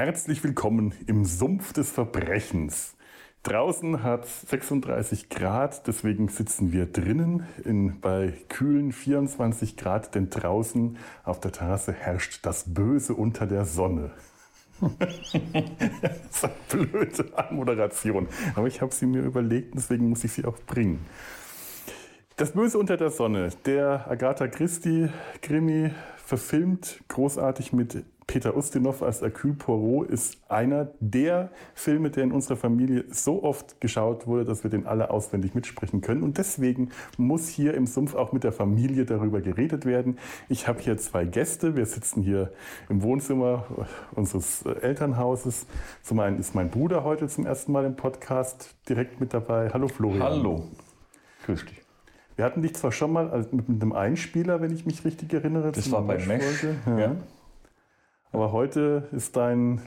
Herzlich willkommen im Sumpf des Verbrechens. Draußen hat es 36 Grad, deswegen sitzen wir drinnen bei kühlen 24 Grad, denn draußen auf der Terrasse herrscht das Böse unter der Sonne. Das ist eine blöde Anmoderation, aber ich habe sie mir überlegt, deswegen muss ich sie auch bringen. Das Böse unter der Sonne, der Agatha Christie-Krimi, verfilmt großartig mit Peter Ustinov als Hercule Poirot, ist einer der Filme, der in unserer Familie so oft geschaut wurde, dass wir den alle auswendig mitsprechen können. Und deswegen muss hier im Sumpf auch mit der Familie darüber geredet werden. Ich habe hier zwei Gäste. Wir sitzen hier im Wohnzimmer unseres Elternhauses. Zum einen ist mein Bruder heute zum ersten Mal im Podcast direkt mit dabei. Hallo Florian. Hallo. Grüß dich. Wir hatten dich zwar schon mal mit einem Einspieler, wenn ich mich richtig erinnere. Das war bei Mesh. Ja. Aber heute ist dein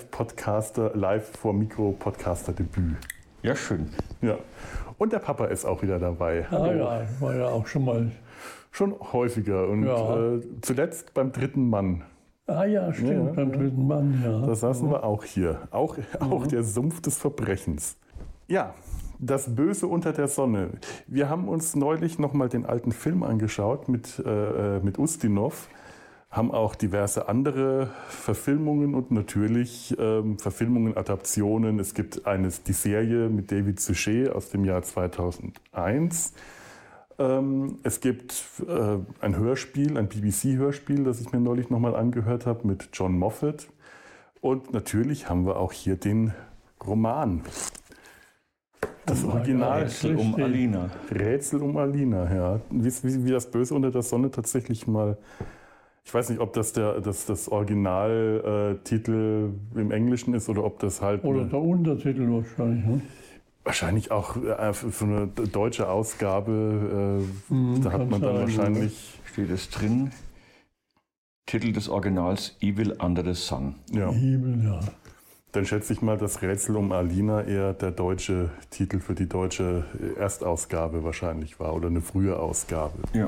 Live-vor-Mikro-Podcaster-Debüt. Ja, schön. Ja. Und der Papa ist auch wieder dabei. Hallo. Ja, war ja auch schon mal. Schon häufiger und zuletzt beim dritten Mann. Ah ja, stimmt, beim dritten Mann, ja. Da saßen wir auch hier. Auch der Sumpf des Verbrechens. Ja, das Böse unter der Sonne. Wir haben uns neulich nochmal den alten Film angeschaut mit Ustinov. Haben auch diverse andere Verfilmungen und natürlich Verfilmungen, Adaptionen. Es gibt die Serie mit David Suchet aus dem Jahr 2001. Es gibt ein Hörspiel, ein BBC-Hörspiel, das ich mir neulich nochmal angehört habe mit John Moffat. Und natürlich haben wir auch hier den Roman. Das Original. Rätsel um Alina. Rätsel um Alina, ja. Wie das Böse unter der Sonne tatsächlich mal... Ich weiß nicht, ob das das Originaltitel im Englischen ist oder ob das halt... Oder der Untertitel wahrscheinlich. Ne? Wahrscheinlich auch für eine deutsche Ausgabe. Da hat man dann wahrscheinlich... Steht es drin? Titel des Originals Evil Under the Sun. Ja. Evil, ja. Dann schätze ich mal, das Rätsel um Alina eher der deutsche Titel für die deutsche Erstausgabe wahrscheinlich war oder eine frühe Ausgabe. Ja.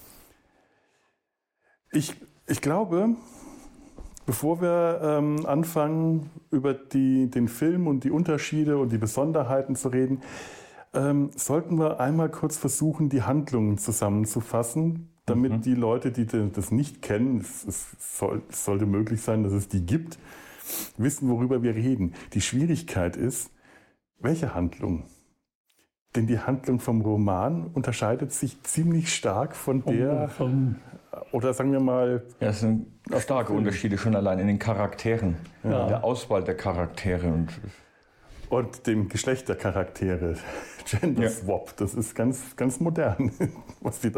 Ich glaube, bevor wir anfangen, über den Film und die Unterschiede und die Besonderheiten zu reden, sollten wir einmal kurz versuchen, die Handlungen zusammenzufassen, damit die Leute, die das nicht kennen, es sollte möglich sein, dass es die gibt, wissen, worüber wir reden. Die Schwierigkeit ist, welche Handlung? Denn die Handlung vom Roman unterscheidet sich ziemlich stark von der, oder sagen wir mal... Ja, es sind starke Unterschiede schon allein in den Charakteren, der Auswahl der Charaktere. Und dem Geschlecht der Charaktere, Gender Swap, das ist ganz, ganz modern, was die da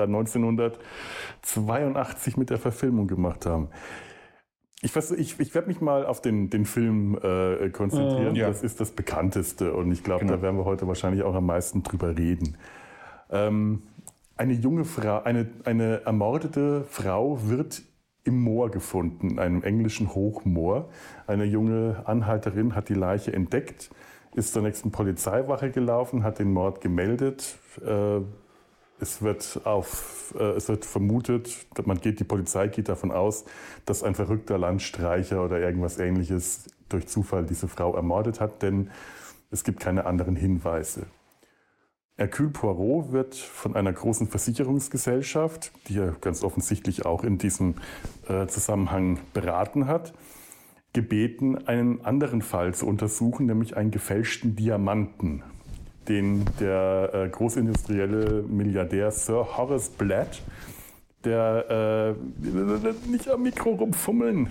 1982 mit der Verfilmung gemacht haben. Ich werde mich mal auf den Film konzentrieren. Das ist das Bekannteste und ich glaube, da werden wir heute wahrscheinlich auch am meisten drüber reden. Eine junge Frau, eine ermordete Frau wird im Moor gefunden, einem englischen Hochmoor. Eine junge Anhalterin hat die Leiche entdeckt, ist zur nächsten Polizeiwache gelaufen, hat den Mord gemeldet. Es wird vermutet, die Polizei geht davon aus, dass ein verrückter Landstreicher oder irgendwas Ähnliches durch Zufall diese Frau ermordet hat, denn es gibt keine anderen Hinweise. Hercule Poirot wird von einer großen Versicherungsgesellschaft, die er ganz offensichtlich auch in diesem Zusammenhang beraten hat, gebeten, einen anderen Fall zu untersuchen, nämlich einen gefälschten Diamanten, den der großindustrielle Milliardär Sir Horace Blatt, der nicht am Mikro rumfummeln,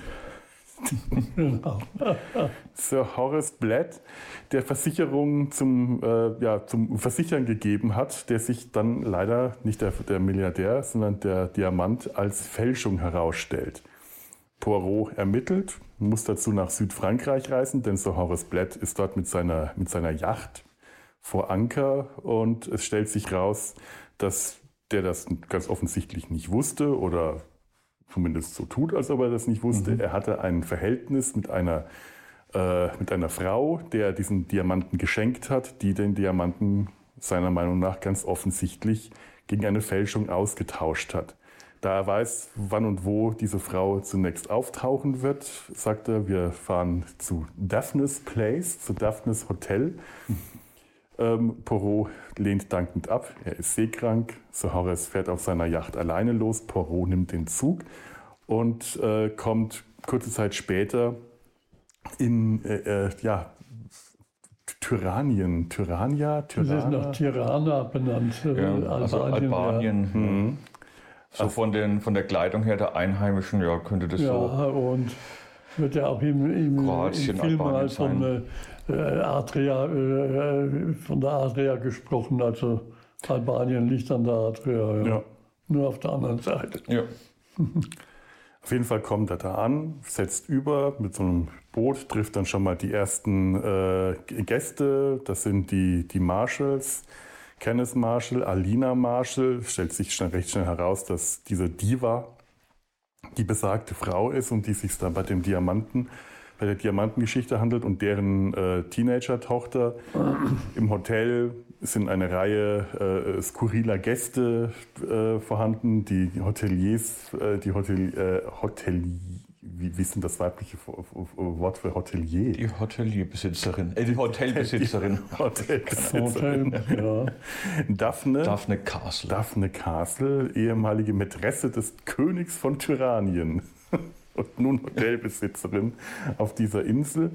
Sir Horace Blatt, der Versicherung zum Versichern gegeben hat, der sich dann leider nicht der Milliardär, sondern der Diamant als Fälschung herausstellt. Poirot ermittelt, muss dazu nach Südfrankreich reisen, denn Sir Horace Blatt ist dort mit seiner Yacht vor Anker und es stellt sich raus, dass der das ganz offensichtlich nicht wusste oder zumindest so tut, als ob er das nicht wusste. Er hatte ein Verhältnis mit einer Frau, der diesen Diamanten geschenkt hat, die den Diamanten seiner Meinung nach ganz offensichtlich gegen eine Fälschung ausgetauscht hat. Da er weiß, wann und wo diese Frau zunächst auftauchen wird, sagt er, wir fahren zu Daphnes Place, zu Daphnes Hotel. Poirot lehnt dankend ab, er ist seekrank. Sir Horace fährt auf seiner Yacht alleine los, Poirot nimmt den Zug und kommt kurze Zeit später in Tyrannien. Das ist nach Tirana benannt. Also Albanien. So von der Kleidung her der Einheimischen, ja, könnte das so. Ja, und wird ja auch im Film mal von Adria, von der Adria gesprochen. Also Albanien liegt an der Adria, ja. Nur auf der anderen Seite. Ja. Auf jeden Fall kommt er da an, setzt über mit so einem Boot, trifft dann schon mal die ersten Gäste. Das sind die Marshalls, Kenneth Marshall, Alina Marshall. Stellt sich recht schnell heraus, dass diese Diva die besagte Frau ist, um die es sich dann bei der Diamantengeschichte handelt und deren Teenager-Tochter. Im Hotel sind eine Reihe skurriler Gäste vorhanden. Die Hoteliers, wie ist denn das weibliche Wort für Hotelier? Die Hotelbesitzerin. Hotelbesitzerin. Ja. Daphne Castle. Daphne Castle, ehemalige Mätresse des Königs von Tyrannien und nun Hotelbesitzerin auf dieser Insel.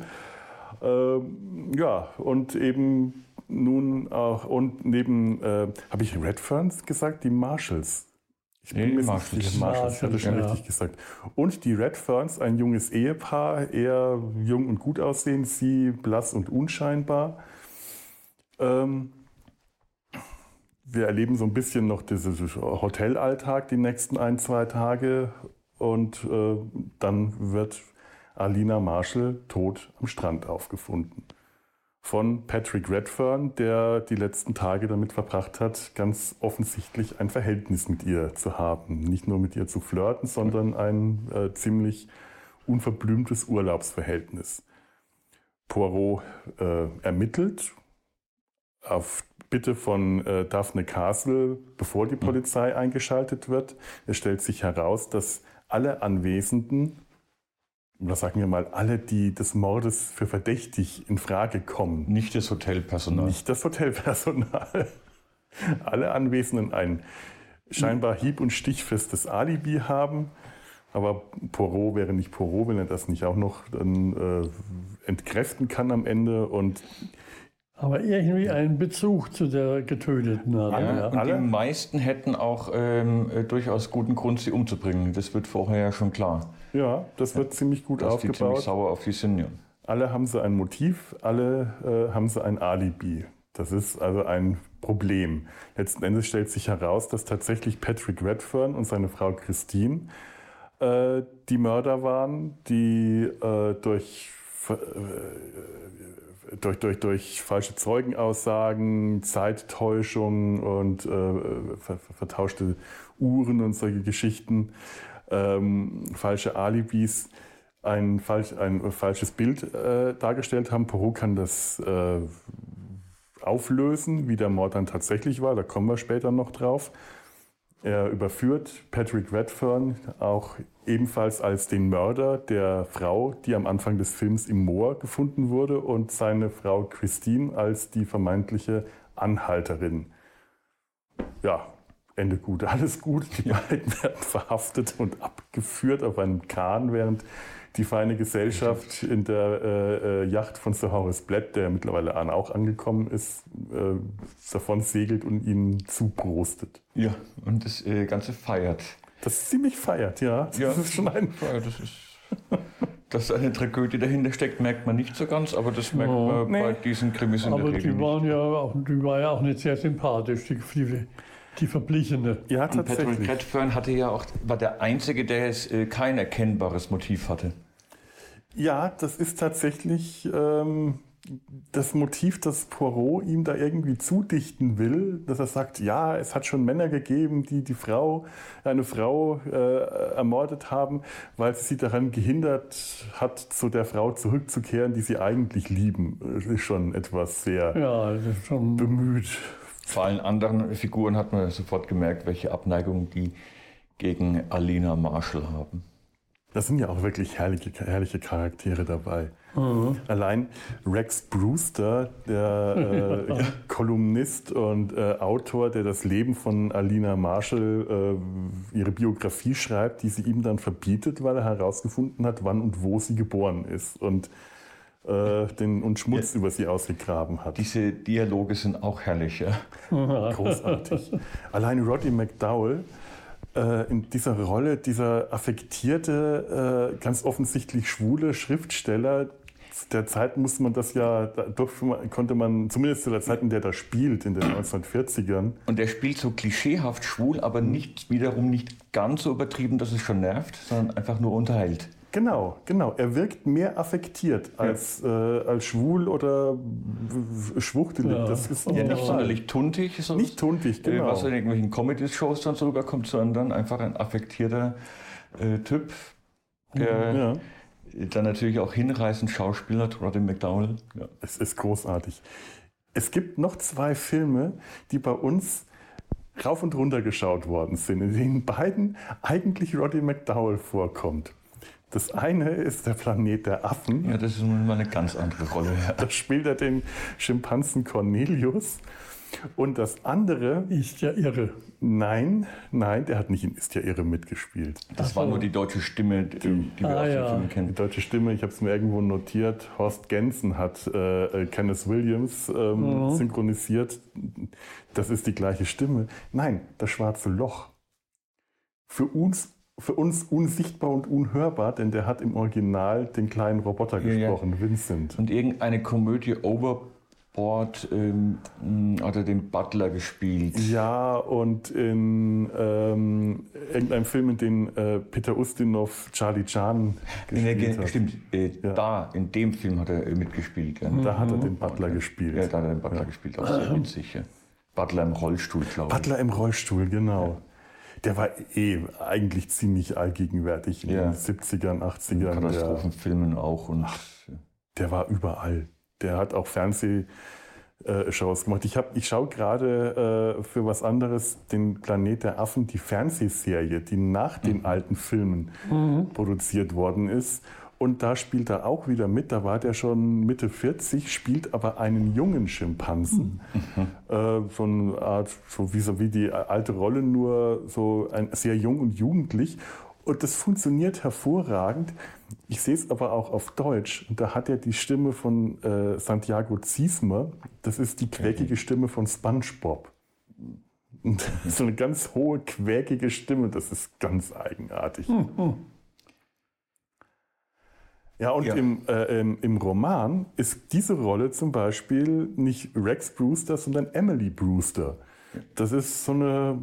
Und eben nun auch, und neben, habe ich Redferns gesagt, die Marshalls? Ich bin mir nicht sicher, Marshalls, hatte ich schon richtig gesagt. Und die Redferns, ein junges Ehepaar, eher jung und gut aussehend, sie blass und unscheinbar. Wir erleben so ein bisschen noch diesen Hotelalltag die nächsten 1-2 Tage und dann wird Alina Marshall tot am Strand aufgefunden. Von Patrick Redfern, der die letzten Tage damit verbracht hat, ganz offensichtlich ein Verhältnis mit ihr zu haben. Nicht nur mit ihr zu flirten, sondern ein ziemlich unverblümtes Urlaubsverhältnis. Poirot ermittelt auf Bitte von Daphne Castle, bevor die Polizei eingeschaltet wird. Es stellt sich heraus, dass alle Anwesenden, oder sagen wir mal, alle, die des Mordes für verdächtig in Frage kommen. Nicht das Hotelpersonal. Nicht das Hotelpersonal. Alle Anwesenden ein scheinbar hieb- und stichfestes Alibi haben. Aber Poirot wäre nicht Poirot, wenn er das nicht auch noch dann, entkräften kann am Ende. Aber irgendwie einen Bezug zu der Getöteten haben. Und die meisten hätten auch durchaus guten Grund, sie umzubringen. Das wird vorher ja schon klar. Ja, das wird ziemlich gut aufgebaut. Die ziemlich sauer auf die sind, ja. Alle haben sie ein Motiv, alle haben sie ein Alibi. Das ist also ein Problem. Letzten Endes stellt sich heraus, dass tatsächlich Patrick Redfern und seine Frau Christine die Mörder waren, die durch falsche Zeugenaussagen, Zeittäuschung und vertauschte Uhren und solche Geschichten, falsche Alibis, ein falsches Bild dargestellt haben. Poirot kann das auflösen, wie der Mord dann tatsächlich war. Da kommen wir später noch drauf. Er überführt Patrick Redfern auch ebenfalls als den Mörder der Frau, die am Anfang des Films im Moor gefunden wurde, und seine Frau Christine als die vermeintliche Anhalterin. Ja, Ende gut, alles gut. Die beiden werden verhaftet und abgeführt auf einem Kahn, während die feine Gesellschaft in der Yacht von Sir Horace Blatt, der mittlerweile auch angekommen ist, davon segelt und ihnen zuprostet. Ja, und das Ganze feiert. Das ziemlich feiert, ja. Das ist schon ein... Dass eine Tragödie dahinter steckt, merkt man nicht so ganz, aber das merkt man bei diesen Krimis in der Regel nicht. Aber die war ja auch nicht sehr sympathisch, die Verblichene. Ja, und Patrick Redfern war der Einzige, der kein erkennbares Motiv hatte. Ja, das ist tatsächlich das Motiv, das Poirot ihm da irgendwie zudichten will, dass er sagt, ja, es hat schon Männer gegeben, die eine Frau ermordet haben, weil sie daran gehindert hat, zu der Frau zurückzukehren, die sie eigentlich lieben. Das ist schon etwas sehr bemüht. Vor allen anderen Figuren hat man sofort gemerkt, welche Abneigung die gegen Alina Marshall haben. Da sind ja auch wirklich herrliche Charaktere dabei. Mhm. Allein Rex Brewster, der Kolumnist und Autor, der das Leben von Alina Marshall, ihre Biografie schreibt, die sie ihm dann verbietet, weil er herausgefunden hat, wann und wo sie geboren ist und Schmutz über sie ausgegraben hat. Diese Dialoge sind auch herrlich. Ja? Großartig. Allein Roddy McDowall, in dieser Rolle, dieser affektierte, ganz offensichtlich schwule Schriftsteller. Zu der Zeit musste man das ja, konnte man, zumindest zu der Zeit, in der er spielt, in den 1940ern. Und er spielt so klischeehaft schwul, aber wiederum nicht ganz so übertrieben, dass es schon nervt, sondern einfach nur unterhält. Genau. Er wirkt mehr affektiert als schwul oder schwuchtelig. Ja. Das ist nicht sonderlich tuntig. Nicht tuntig, genau. Was in irgendwelchen Comedy-Shows dann so rüberkommt, sondern einfach ein affektierter Typ, der dann natürlich auch hinreißend schauspielert, Roddy McDowall. Ja. Es ist großartig. Es gibt noch 2 Filme, die bei uns rauf und runter geschaut worden sind, in denen beiden eigentlich Roddy McDowall vorkommt. Das eine ist der Planet der Affen. Ja, das ist mal eine ganz andere Rolle. Ja. Da spielt er den Schimpansen Cornelius. Und das andere... Ist ja irre. Nein, der hat nicht in Ist ja irre mitgespielt. Das war nur die deutsche Stimme, die wir aus dem Film kennen. Die deutsche Stimme, ich habe es mir irgendwo notiert. Horst Gensen hat Kenneth Williams synchronisiert. Das ist die gleiche Stimme. Nein, das schwarze Loch. Für uns unsichtbar und unhörbar, denn der hat im Original den kleinen Roboter gesprochen, Vincent. Und irgendeine Komödie Overboard hat er den Butler gespielt. Ja, und in irgendeinem Film, in dem Peter Ustinov Charlie Chan gespielt hat. Stimmt, in dem Film hat er mitgespielt. Ja. Da hat er den Butler gespielt. Ja, da hat er den Butler gespielt, auch sehr witzig. Ja. Butler im Rollstuhl, glaube ich. Butler im Rollstuhl, genau. Ja. Der war eigentlich ziemlich allgegenwärtig in den 70ern, 80ern. Katastrophenfilmen auch. Und der war überall. Der hat auch Fernsehshows gemacht. Ich schaue gerade für was anderes den Planet der Affen, die Fernsehserie, die nach den alten Filmen produziert worden ist. Und da spielt er auch wieder mit. Da war der schon Mitte 40, spielt aber einen jungen Schimpansen. So eine Art, so wie die alte Rolle, nur so sehr jung und jugendlich. Und das funktioniert hervorragend. Ich sehe es aber auch auf Deutsch. Und da hat er die Stimme von Santiago Ziesmer. Das ist die quäkige Stimme von SpongeBob. Und so eine ganz hohe, quäkige Stimme. Das ist ganz eigenartig. Ja, und im Roman ist diese Rolle zum Beispiel nicht Rex Brewster, sondern Emily Brewster. Das ist so eine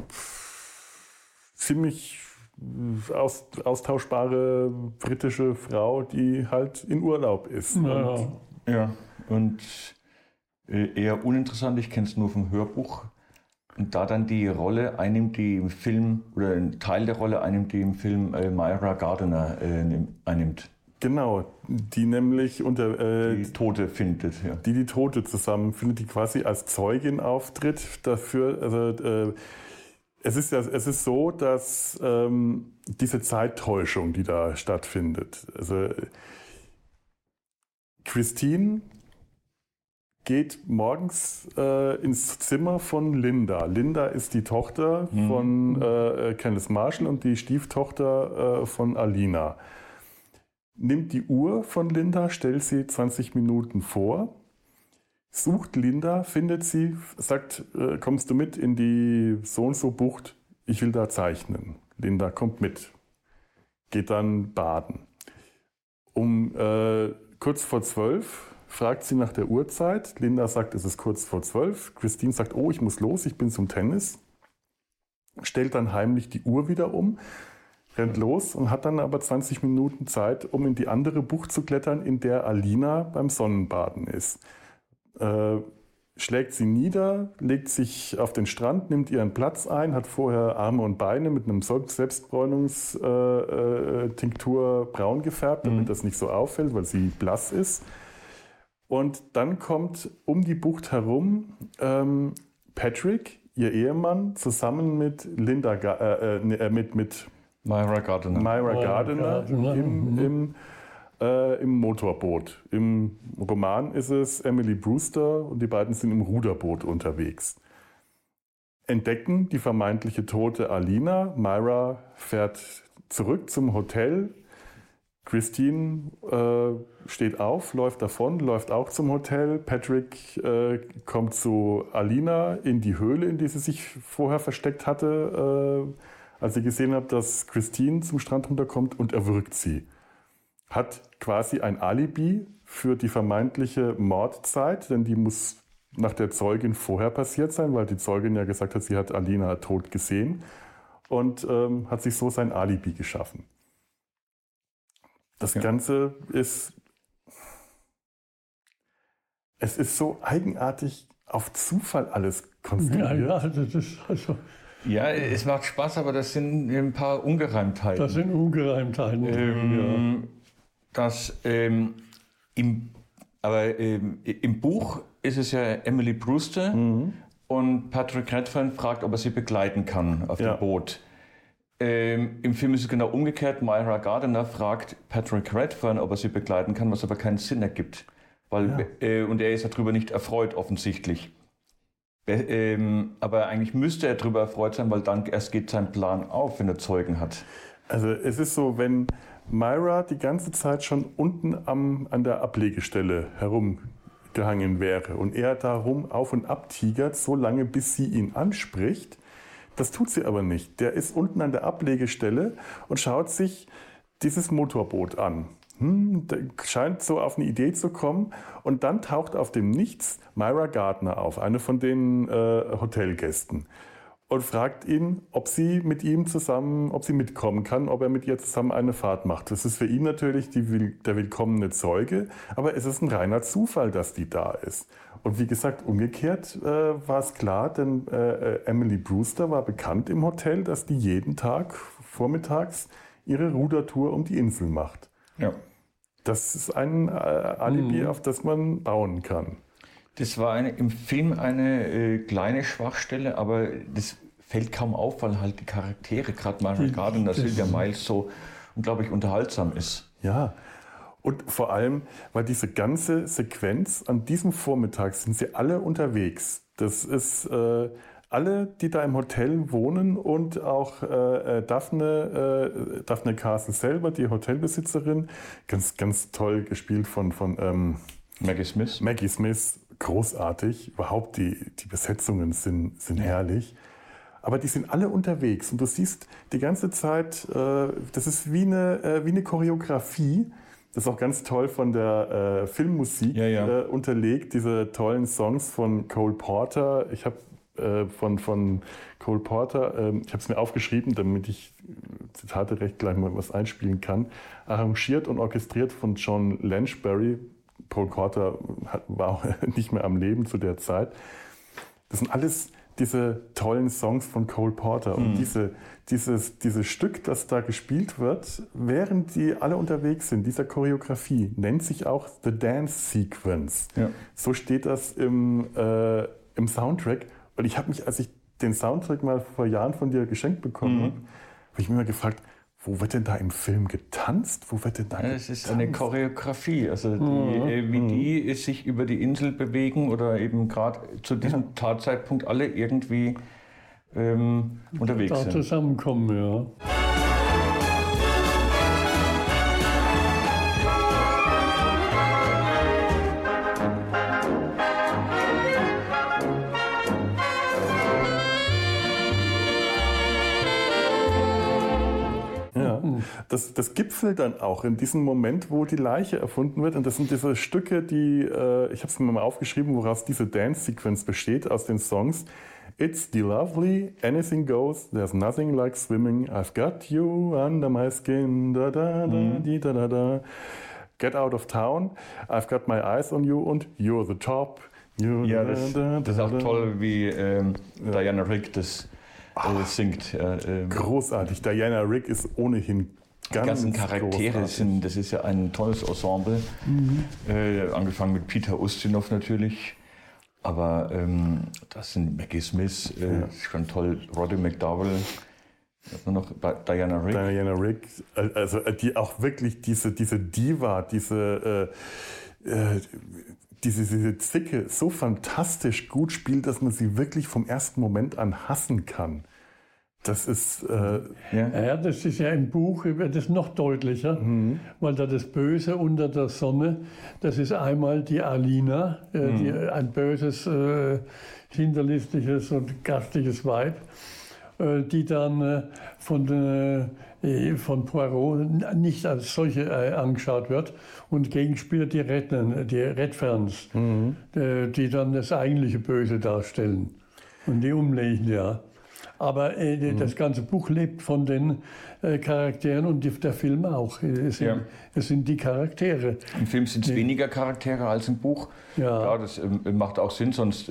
ziemlich austauschbare britische Frau, die halt in Urlaub ist. Und eher uninteressant, ich kenne es nur vom Hörbuch. Und da dann die Rolle einnimmt, die im Film, oder ein Teil der Rolle einnimmt, die im Film Myra Gardner einnimmt. Genau, die nämlich die Tote findet, ja. Die Tote zusammenfindet, die quasi als Zeugin auftritt dafür. Also es ist so, dass diese Zeittäuschung, die da stattfindet. Also Christine geht morgens ins Zimmer von Linda. Linda ist die Tochter von Kenneth Marshall und die Stieftochter von Alina. Nimmt die Uhr von Linda, stellt sie 20 Minuten vor, sucht Linda, findet sie, sagt, kommst du mit in die so-und-so Bucht, ich will da zeichnen. Linda kommt mit, geht dann baden. Kurz vor 12 fragt sie nach der Uhrzeit. Linda sagt, es ist kurz vor 12. Christine sagt, oh, ich muss los, ich bin zum Tennis. Stellt dann heimlich die Uhr wieder um, rennt los und hat dann aber 20 Minuten Zeit, um in die andere Bucht zu klettern, in der Alina beim Sonnenbaden ist. Schlägt sie nieder, legt sich auf den Strand, nimmt ihren Platz ein, hat vorher Arme und Beine mit einem Selbstbräunungstinktur braun gefärbt, damit das nicht so auffällt, weil sie blass ist. Und dann kommt um die Bucht herum Patrick, ihr Ehemann zusammen mit mit Myra Gardner im Motorboot. Im Roman ist es Emily Brewster und die beiden sind im Ruderboot unterwegs. Entdecken die vermeintliche tote Alina. Myra fährt zurück zum Hotel. Christine steht auf, läuft davon, läuft auch zum Hotel. Patrick kommt zu Alina in die Höhle, in die sie sich vorher versteckt hatte, als sie gesehen hat, dass Christine zum Strand runterkommt, und erwürgt sie. Hat quasi ein Alibi für die vermeintliche Mordzeit, denn die muss nach der Zeugin vorher passiert sein, weil die Zeugin ja gesagt hat, sie hat Alina tot gesehen, und hat sich so sein Alibi geschaffen. Das Ganze ist, es ist so eigenartig auf Zufall alles konstruiert. Ja, das ist also. Ja, es macht Spaß, aber das sind ein paar Ungereimtheiten. Das sind Ungereimtheiten. Im Buch ist es ja Emily Brewster und Patrick Redfern fragt, ob er sie begleiten kann auf dem Boot. Im Film ist es genau umgekehrt. Myra Gardner fragt Patrick Redfern, ob er sie begleiten kann, was aber keinen Sinn ergibt. Und er ist darüber nicht erfreut, offensichtlich. Aber eigentlich müsste er darüber erfreut sein, weil dann erst geht sein Plan auf, wenn er Zeugen hat. Also es ist so, wenn Myra die ganze Zeit schon unten an der Ablegestelle herumgehangen wäre und er darum auf und ab tigert, so lange bis sie ihn anspricht. Das tut sie aber nicht. Der ist unten an der Ablegestelle und schaut sich dieses Motorboot an. Der scheint so auf eine Idee zu kommen, und dann taucht auf dem Nichts Myra Gardner auf, eine von den Hotelgästen, und fragt ihn, ob sie mitkommen kann, ob er mit ihr zusammen eine Fahrt macht. Das ist für ihn natürlich der willkommene Zeuge, aber es ist ein reiner Zufall, dass die da ist. Und wie gesagt, umgekehrt war es klar, denn Emily Brewster war bekannt im Hotel, dass die jeden Tag vormittags ihre Rudertour um die Insel macht. Ja. Das ist ein Alibi, auf das man bauen kann. Das war im Film eine kleine Schwachstelle, aber das fällt kaum auf, weil halt die Charaktere, gerade Myra Gardner, Sylvia Miles, so unglaublich unterhaltsam ist. Ja, und vor allem, weil diese ganze Sequenz an diesem Vormittag sind sie alle unterwegs. Das ist alle, die da im Hotel wohnen, und auch Daphne Castle selber, die Hotelbesitzerin, ganz, ganz toll gespielt von Maggie Smith. Maggie Smith, großartig. Überhaupt die Besetzungen sind herrlich. Aber die sind alle unterwegs, und du siehst die ganze Zeit, das ist wie eine Choreografie. Das ist auch ganz toll von der Filmmusik unterlegt, diese tollen Songs von Cole Porter. Ich habe von Cole Porter, ich habe es mir aufgeschrieben, damit ich Zitate recht gleich mal was einspielen kann, arrangiert und orchestriert von John Lanchbery. Cole Porter war auch nicht mehr am Leben zu der Zeit. Das sind alles diese tollen Songs von Cole Porter. Und dieses Stück, das da gespielt wird, während die alle unterwegs sind, dieser Choreografie, nennt sich auch The Dance Sequence. Ja. So steht das im Soundtrack. Und ich habe mich, als ich den Soundtrack mal vor Jahren von dir geschenkt bekommen habe, habe ich mich immer gefragt, wo wird denn da im Film getanzt? Wo wird denn da getanzt? Es ist eine Choreografie, also wie die sich über die Insel bewegen oder eben gerade zu diesem Tatzeitpunkt alle irgendwie unterwegs da sind. Zusammenkommen, ja. Das gipfelt dann auch in diesem Moment, wo die Leiche erfunden wird. Und das sind diese Stücke, die, ich habe es mir mal aufgeschrieben, woraus diese Dance-Sequenz besteht, aus den Songs. It's the lovely, anything goes, there's nothing like swimming, I've got you under my skin, da da da, di da da da. Get out of town, I've got my eyes on you und you're the top. Ja, das ist auch toll, wie Diana Rigg das singt. Großartig. Diana Rigg ist ohnehin ganz die ganzen Charaktere großartig. Das ist ja ein tolles Ensemble. Angefangen mit Peter Ustinov natürlich. Aber das sind Maggie Smith, schon toll, Roddy McDowell, nur noch Diana Rigg. Diana Rigg, also die auch wirklich diese Diva, diese Zicke so fantastisch gut spielt, dass man sie wirklich vom ersten Moment an hassen kann. Das ist... Ja, das ist ja im Buch wird es noch deutlicher, weil da das Böse unter der Sonne, das ist einmal die Alina, die ein böses, hinterlistiges und gastiges Weib, die dann von Poirot nicht als solche angeschaut wird und Gegenspieler die Redferns, die dann das eigentliche Böse darstellen und die umlegen, ja. Aber das ganze Buch lebt von den Charakteren und der Film auch. Es sind die Charaktere. Im Film sind es weniger Charaktere als im Buch. Ja. Klar, das macht auch Sinn, sonst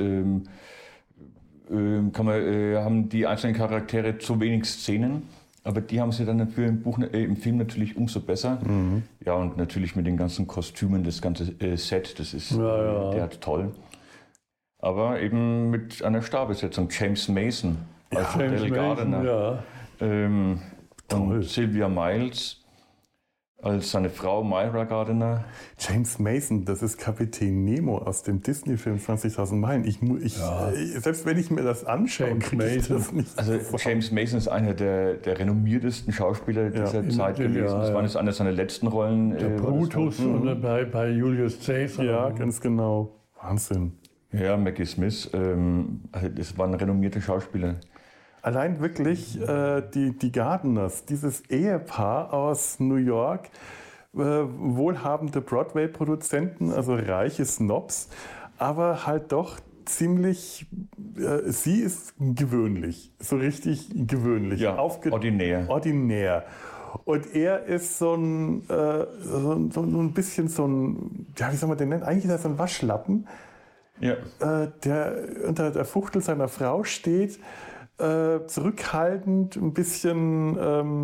haben die einzelnen Charaktere zu wenig Szenen. Aber die haben sie dann dafür im Film natürlich umso besser. Ja, und natürlich mit den ganzen Kostümen, das ganze Set, das ist der hat toll. Aber eben mit einer Starbesetzung. James Mason. Also James Gardner, und Sylvia Miles als seine Frau Myra Gardner. James Mason, das ist Kapitän Nemo aus dem Disney-Film 20.000 Meilen. Selbst wenn ich mir das anschaue, kriege ich das nicht. Also James Mason ist einer der renommiertesten Schauspieler dieser Zeit gewesen. Das war jetzt eine seiner letzten Rollen. Der Brutus bei Julius Caesar. Ja, ganz genau. Wahnsinn. Ja, Maggie Smith, das war ein renommierter Schauspieler. Allein wirklich die Gardners, dieses Ehepaar aus New York, wohlhabende Broadway-Produzenten, also reiche Snobs, aber halt doch ziemlich, sie ist gewöhnlich, so richtig gewöhnlich. Ja, ordinär. Und er ist so ein bisschen so ein, ja, wie soll man den nennen? Eigentlich ist er so ein Waschlappen, der unter der Fuchtel seiner Frau steht, zurückhaltend, ein bisschen,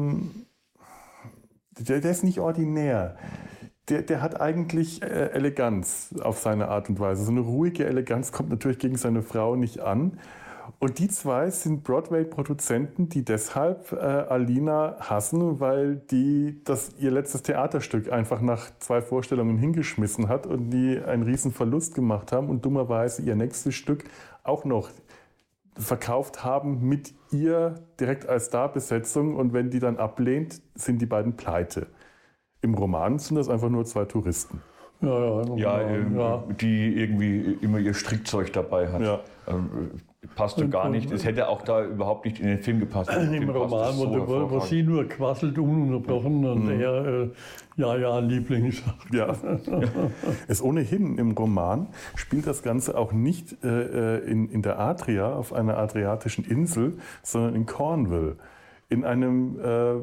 der ist nicht ordinär. Der hat eigentlich Eleganz auf seine Art und Weise. So eine ruhige Eleganz kommt natürlich gegen seine Frau nicht an. Und die zwei sind Broadway-Produzenten, die deshalb Alina hassen, weil die ihr letztes Theaterstück einfach nach 2 Vorstellungen hingeschmissen hat und die einen riesen Verlust gemacht haben und dummerweise ihr nächstes Stück auch noch verkauft haben mit ihr direkt als Starbesetzung, und wenn die dann ablehnt, sind die beiden pleite. Im Roman sind das einfach nur 2 Touristen. Die irgendwie immer ihr Strickzeug dabei hat. Ja. Passte gar nicht. Es hätte auch da überhaupt nicht in den Film gepasst. Im Roman, wo sie nur quasselt ununterbrochen und er Liebling sagt. Ja. Es ohnehin im Roman spielt das Ganze auch nicht in der Adria, auf einer adriatischen Insel, sondern in Cornwall. In einem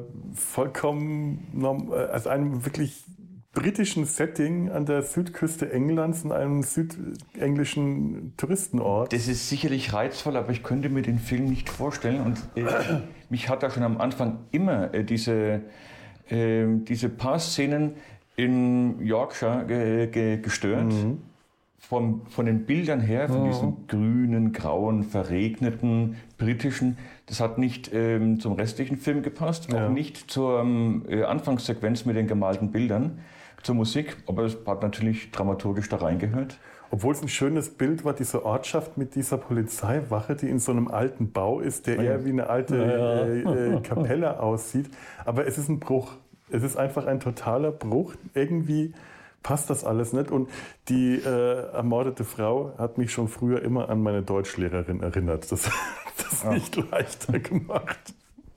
einem wirklich britischen Setting an der Südküste Englands, in einem südenglischen Touristenort. Das ist sicherlich reizvoll, aber ich könnte mir den Film nicht vorstellen. Und mich hat da schon am Anfang immer diese paar Szenen in Yorkshire gestört. Von den Bildern her, von diesem grünen, grauen, verregneten, britischen. Das hat nicht zum restlichen Film gepasst, auch nicht zur Anfangssequenz mit den gemalten Bildern, zur Musik, aber es hat natürlich dramaturgisch da reingehört. Obwohl es ein schönes Bild war, diese Ortschaft mit dieser Polizeiwache, die in so einem alten Bau ist, der eher wie eine alte Kapelle aussieht. Aber es ist ein Bruch. Es ist einfach ein totaler Bruch. Irgendwie passt das alles nicht. Und die ermordete Frau hat mich schon früher immer an meine Deutschlehrerin erinnert. Das nicht leichter gemacht.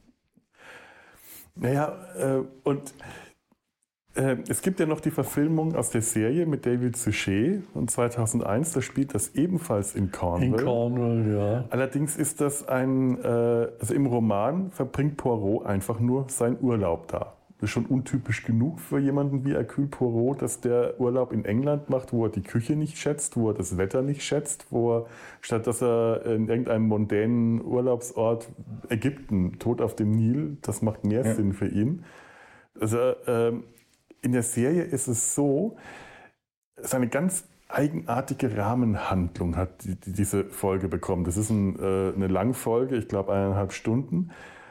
Und es gibt ja noch die Verfilmung aus der Serie mit David Suchet von 2001. Da spielt das ebenfalls in Cornwall. In Cornwall, ja. Allerdings ist das also im Roman verbringt Poirot einfach nur seinen Urlaub da. Das ist schon untypisch genug für jemanden wie Hercule Poirot, dass der Urlaub in England macht, wo er die Küche nicht schätzt, wo er das Wetter nicht schätzt, wo er, statt dass er in irgendeinem mondänen Urlaubsort Ägypten, Tod auf dem Nil, das macht mehr Sinn für ihn. Also in der Serie ist es so, es ist eine ganz eigenartige Rahmenhandlung hat diese Folge bekommen. Das ist eine Langfolge, ich glaube 1,5 Stunden.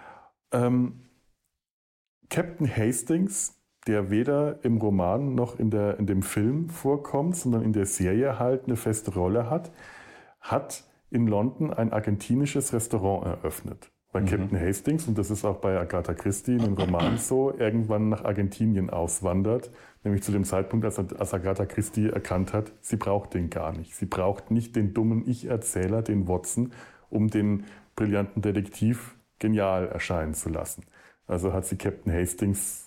Captain Hastings, der weder im Roman noch in dem Film vorkommt, sondern in der Serie halt eine feste Rolle hat in London ein argentinisches Restaurant eröffnet. Weil Captain Hastings, und das ist auch bei Agatha Christie in den Romanen so, irgendwann nach Argentinien auswandert, nämlich zu dem Zeitpunkt, als Agatha Christie erkannt hat, sie braucht den gar nicht. Sie braucht nicht den dummen Ich-Erzähler, den Watson, um den brillanten Detektiv genial erscheinen zu lassen. Also hat sie Captain Hastings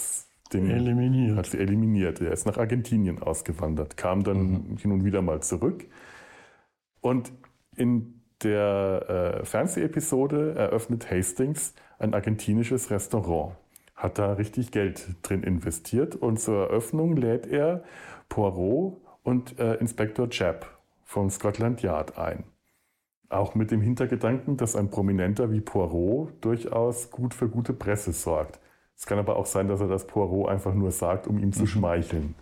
eliminiert. Er ist nach Argentinien ausgewandert, kam dann hin und wieder mal zurück. Und in der Fernsehepisode eröffnet Hastings ein argentinisches Restaurant, hat da richtig Geld drin investiert und zur Eröffnung lädt er Poirot und Inspektor Japp von Scotland Yard ein. Auch mit dem Hintergedanken, dass ein Prominenter wie Poirot durchaus gut für gute Presse sorgt. Es kann aber auch sein, dass er das Poirot einfach nur sagt, um ihm zu schmeicheln.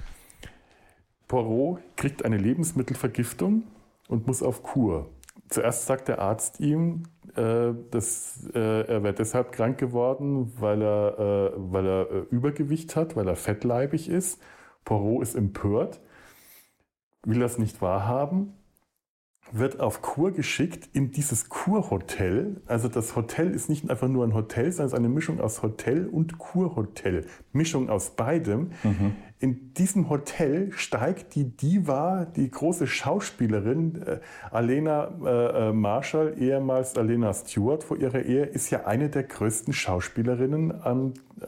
Poirot kriegt eine Lebensmittelvergiftung und muss auf Kur. Zuerst sagt der Arzt ihm, dass er wäre deshalb krank geworden, weil er Übergewicht hat, weil er fettleibig ist. Poirot ist empört, will das nicht wahrhaben, wird auf Kur geschickt in dieses Kurhotel. Also das Hotel ist nicht einfach nur ein Hotel, sondern es ist eine Mischung aus Hotel und Kurhotel. Mischung aus beidem. In diesem Hotel steigt die Diva, die große Schauspielerin Alena Marshall, ehemals Alena Stewart vor ihrer Ehe, ist ja eine der größten Schauspielerinnen am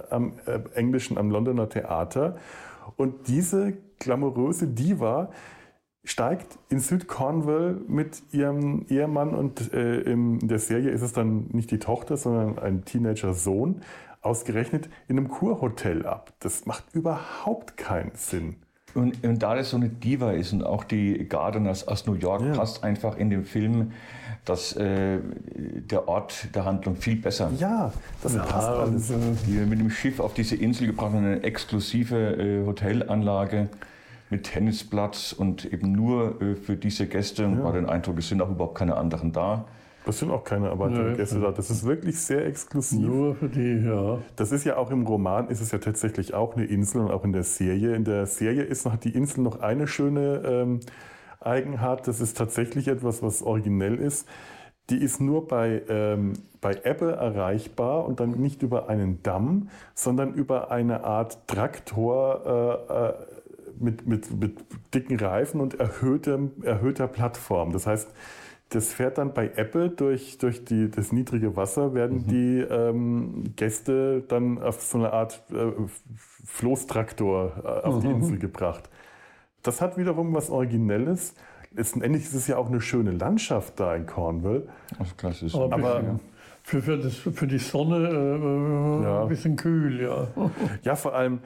Londoner Theater. Und diese glamouröse Diva steigt in Süd-Cornwall mit ihrem Ehemann und in der Serie ist es dann nicht die Tochter, sondern ein Teenager-Sohn, ausgerechnet in einem Kurhotel ab. Das macht überhaupt keinen Sinn. Und da das so eine Diva ist und auch die Garden aus New York passt einfach in dem Film, dass der Ort der Handlung viel besser. Ja, das passt alles. Die mit dem Schiff auf diese Insel gebracht haben, eine exklusive Hotelanlage mit Tennisplatz und eben nur für diese Gäste. Und war den Eindruck, es sind auch überhaupt keine anderen da. Das sind auch keine erweiterten Gäste da. Das ist wirklich sehr exklusiv. Nur für die, ja. Das ist ja auch im Roman, ist es ja tatsächlich auch eine Insel und auch in der Serie. In der Serie ist die Insel noch eine schöne Eigenart. Das ist tatsächlich etwas, was originell ist. Die ist nur bei Ebbe erreichbar und dann nicht über einen Damm, sondern über eine Art Traktor mit dicken Reifen und erhöhter Plattform. Das heißt, das fährt dann bei Ebbe durch das niedrige Wasser, werden die Gäste dann auf so eine Art Floßtraktor auf die Insel gebracht. Das hat wiederum was Originelles. Letztendlich ist es ja auch eine schöne Landschaft da in Cornwall. Also klassisch. Aber für die Sonne ein bisschen kühl, ja. Ja, vor allem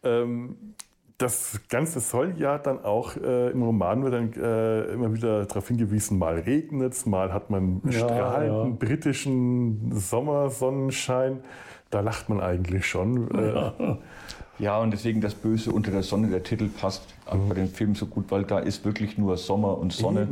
das Ganze soll ja dann auch, im Roman wird dann immer wieder darauf hingewiesen, mal regnet es, mal hat man strahlenden britischen Sommersonnenschein. Da lacht man eigentlich schon. Ja, und deswegen das Böse unter der Sonne, der Titel passt auch bei dem Film so gut, weil da ist wirklich nur Sommer und Sonne,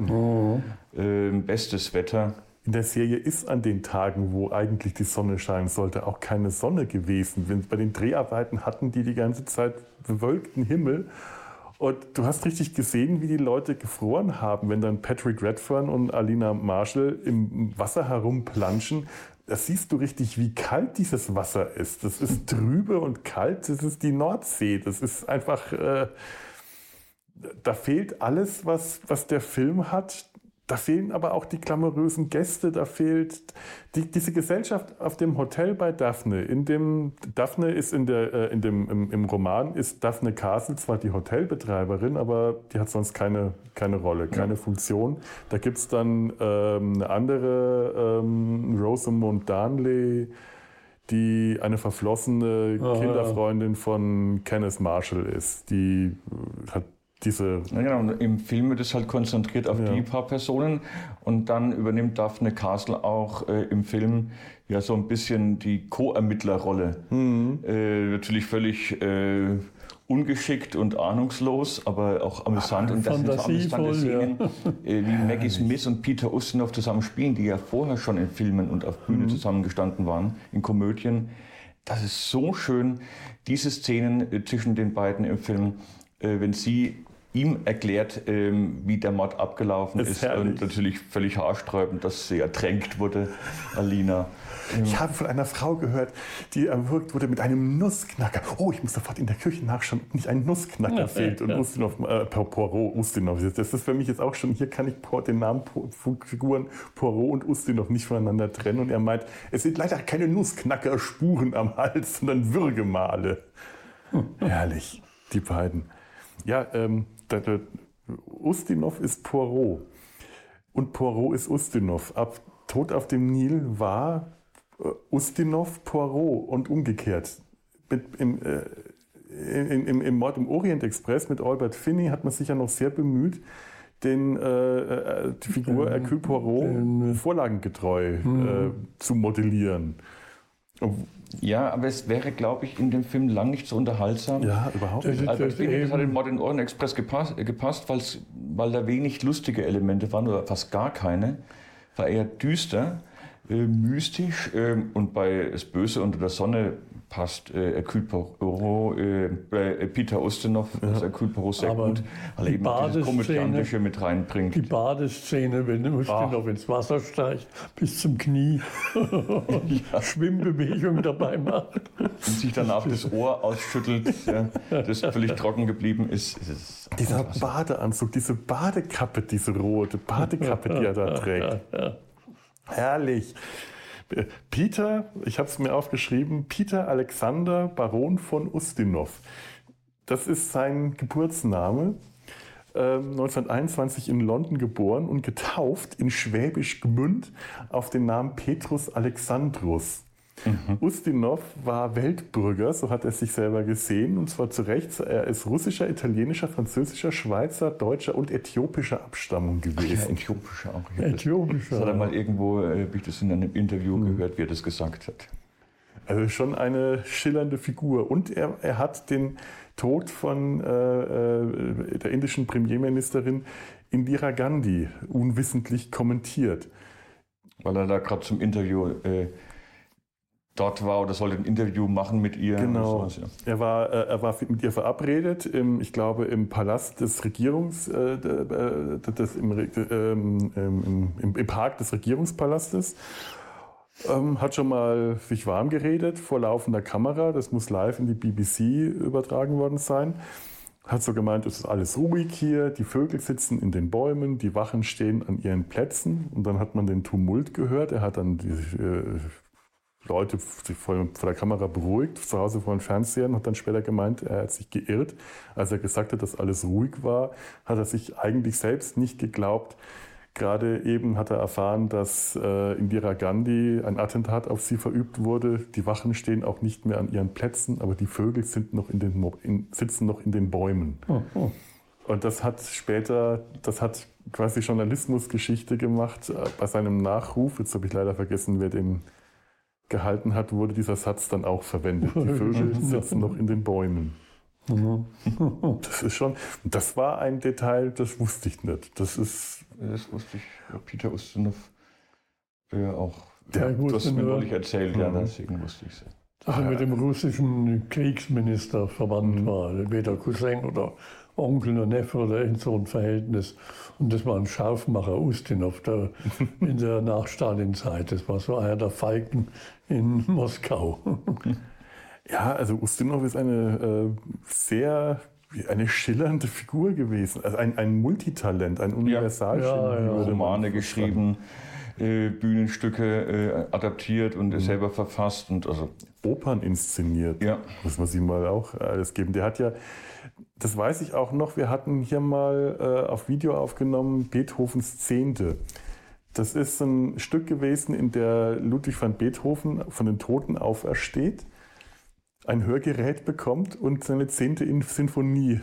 bestes Wetter. In der Serie ist an den Tagen, wo eigentlich die Sonne scheinen sollte, auch keine Sonne gewesen. Bei den Dreharbeiten hatten die ganze Zeit bewölkten Himmel. Und du hast richtig gesehen, wie die Leute gefroren haben, wenn dann Patrick Redfern und Alena Marshall im Wasser herumplanschen. Da siehst du richtig, wie kalt dieses Wasser ist. Das ist trübe und kalt, das ist die Nordsee. Das ist einfach, da fehlt alles, was der Film hat. Da fehlen aber auch die glamourösen Gäste, da fehlt diese Gesellschaft auf dem Hotel bei Daphne. Daphne ist im Roman ist Daphne Castle zwar die Hotelbetreiberin, aber die hat sonst keine Rolle, keine Funktion. Da gibt es dann eine andere, Rosamund Darnley, die eine verflossene Kinderfreundin von Kenneth Marshall ist. Die hat genau, im Film wird es halt konzentriert auf die paar Personen und dann übernimmt Daphne Castle auch im Film ja so ein bisschen die Co-Ermittlerrolle. Natürlich völlig ungeschickt und ahnungslos, aber auch amüsant. Und das sind so amüsante Szenen, wie Maggie Smith und Peter Ustinov zusammen spielen, die ja vorher schon in Filmen und auf Bühne zusammengestanden waren, in Komödien. Das ist so schön, diese Szenen zwischen den beiden im Film, wenn sie ihm erklärt, wie der Mord abgelaufen ist und natürlich völlig haarsträubend, dass sie ertränkt wurde, Alina. Ich habe von einer Frau gehört, die erwürgt wurde mit einem Nussknacker. Oh, ich muss sofort in der Küche nachschauen, ob nicht ein Nussknacker fehlt. Und Ustinov, Poirot, Ustinov, das ist für mich jetzt auch schon, hier kann ich den Namen Figuren Poirot und Ustinov nicht voneinander trennen. Und er meint, es sind leider keine Nussknacker-Spuren am Hals, sondern Würgemale. Herrlich, die beiden. Ja, Ustinov ist Poirot und Poirot ist Ustinov. Ab Tod auf dem Nil war Ustinov Poirot und umgekehrt. Im Mord im Orient Express mit Albert Finney hat man sich ja noch sehr bemüht, die Figur Hercule Poirot vorlagengetreu zu modellieren. Ja, aber es wäre, glaube ich, in dem Film lang nicht so unterhaltsam. Ja, überhaupt nicht. Albert Finney, das hat in Mord im Orient Express gepasst, weil da wenig lustige Elemente waren oder fast gar keine. War eher düster, mystisch und bei Das Böse unter der Sonne passt Hercule Poirot, Peter Ustinov, Hercule Poirot sehr gut, weil er eben dieses Komödiantische mit reinbringt. Die Badeszene, wenn Ustinov ins Wasser steigt, bis zum Knie und Schwimmbewegung dabei macht. Und sich danach das Ohr ausschüttelt, das völlig trocken geblieben ist. Dieser Badeanzug, diese Badekappe, diese rote Badekappe, die er da trägt. Herrlich. Peter, ich habe es mir aufgeschrieben, Peter Alexander Baron von Ustinov. Das ist sein Geburtsname. 1921 in London geboren und getauft in Schwäbisch Gmünd auf den Namen Petrus Alexandrus. Ustinov war Weltbürger, so hat er sich selber gesehen, und zwar zu Recht. Er ist russischer, italienischer, französischer, Schweizer, deutscher und äthiopischer Abstammung gewesen. Ja, äthiopischer auch. Äthiopischer. Das hat er mal irgendwo, habe ich das in einem Interview gehört, wie er das gesagt hat. Also schon eine schillernde Figur. Und er hat den Tod von der indischen Premierministerin Indira Gandhi unwissentlich kommentiert. Weil er da gerade zum Interview dort war oder sollte ein Interview machen mit ihr. Genau. So, ja. Er war mit ihr verabredet, ich glaube im Palast des im Park des Regierungspalastes. Hat schon mal sich warm geredet vor laufender Kamera. Das muss live in die BBC übertragen worden sein. Hat so gemeint, es ist alles ruhig hier, die Vögel sitzen in den Bäumen, die Wachen stehen an ihren Plätzen. Und dann hat man den Tumult gehört. Er hat dann die Leute vor der Kamera beruhigt, zu Hause vor den Fernsehern, hat dann später gemeint, er hat sich geirrt. Als er gesagt hat, dass alles ruhig war, hat er sich eigentlich selbst nicht geglaubt. Gerade eben hat er erfahren, dass Indira Gandhi ein Attentat auf sie verübt wurde. Die Wachen stehen auch nicht mehr an ihren Plätzen, aber die Vögel sind noch sitzen noch in den Bäumen. Und das hat quasi Journalismusgeschichte gemacht. Bei seinem Nachruf, jetzt habe ich leider vergessen, wer den gehalten hat, wurde dieser Satz dann auch verwendet. Die Vögel sitzen noch in den Bäumen. Das ist schon, das war ein Detail, das wusste ich nicht. Das wusste ich, Peter Ustinov auch. Ja, du hast mir neulich erzählt, ja, deswegen wusste ich es. Dass er mit dem russischen Kriegsminister verwandt war, weder Cousin oder Onkel oder Neffe oder irgend so ein Verhältnis. Und das war ein Scharfmacher, Ustinov, in der Nach-Stalin-Zeit. Das war so einer der Feigen in Moskau. Ja, also Ustinov ist eine schillernde Figur gewesen. Also ein Multitalent, ein Universalgenie. Romane geschrieben, Bühnenstücke adaptiert und selber verfasst. Und also Opern inszeniert. Ja. Muss man sich mal auch alles geben. Der hat ja, das weiß ich auch noch, wir hatten hier mal auf Video aufgenommen, Beethovens Zehnte. Das ist ein Stück gewesen, in der Ludwig van Beethoven von den Toten aufersteht, ein Hörgerät bekommt und seine 10. Sinfonie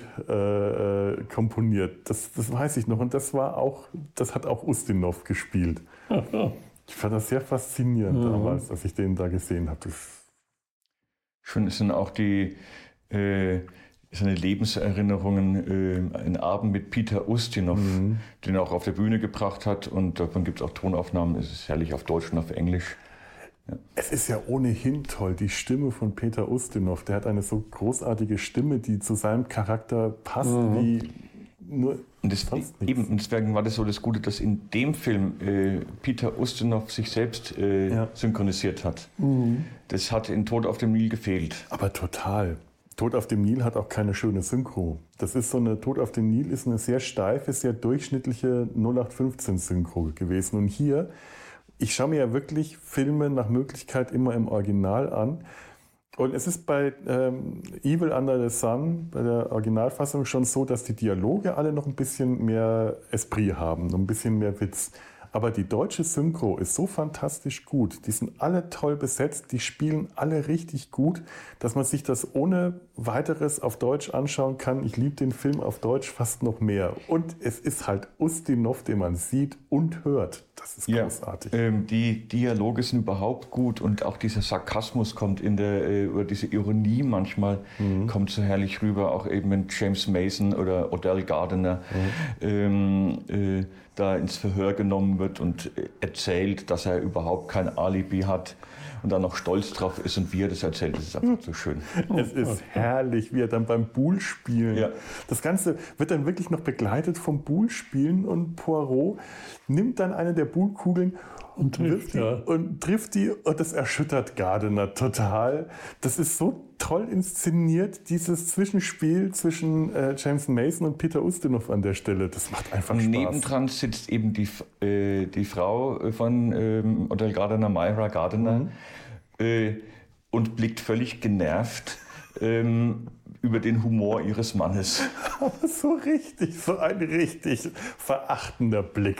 komponiert. Das weiß ich noch. Und das hat auch Ustinov gespielt. Ich fand das sehr faszinierend damals, als ich den da gesehen habe. Schön sind auch die seine Lebenserinnerungen, ein Abend mit Peter Ustinov, den er auch auf der Bühne gebracht hat. Und davon gibt es auch Tonaufnahmen. Es ist herrlich auf Deutsch und auf Englisch. Ja. Es ist ja ohnehin toll, die Stimme von Peter Ustinov. Der hat eine so großartige Stimme, die zu seinem Charakter passt wie nur und deswegen war das so das Gute, dass in dem Film Peter Ustinov sich selbst synchronisiert hat. Das hat in Tod auf dem Nil gefehlt. Aber total. Tod auf dem Nil hat auch keine schöne Synchro. Das ist so eine, Tod auf dem Nil ist eine sehr steife, sehr durchschnittliche 0815 Synchro gewesen. Und hier, ich schaue mir ja wirklich Filme nach Möglichkeit immer im Original an. Und es ist bei Evil Under the Sun, bei der Originalfassung schon so, dass die Dialoge alle noch ein bisschen mehr Esprit haben, noch ein bisschen mehr Witz. Aber die deutsche Synchro ist so fantastisch gut. Die sind alle toll besetzt, die spielen alle richtig gut, dass man sich das ohne weiteres auf Deutsch anschauen kann. Ich liebe den Film auf Deutsch fast noch mehr. Und es ist halt Ustinov, den man sieht und hört. Das ist großartig. Die Dialoge sind überhaupt gut und auch dieser Sarkasmus kommt oder diese Ironie manchmal kommt so herrlich rüber. Auch eben wenn James Mason oder Odell Gardner da ins Verhör genommen wird und erzählt, dass er überhaupt kein Alibi hat und dann noch stolz drauf ist und wie er das erzählt, das ist einfach so schön. Es ist herrlich, wie er dann beim Buhl-Spielen, das Ganze wird dann wirklich noch begleitet vom Buhl-Spielen und Poirot nimmt dann eine der Buhlkugeln und trifft die und das erschüttert Gardner total. Das ist so toll inszeniert, dieses Zwischenspiel zwischen James Mason und Peter Ustinov an der Stelle. Das macht einfach Spaß. Nebendran sitzt eben die Frau von Odell Gardner, Myra Gardner, und blickt völlig genervt über den Humor ihres Mannes. Aber so ein richtig verachtender Blick.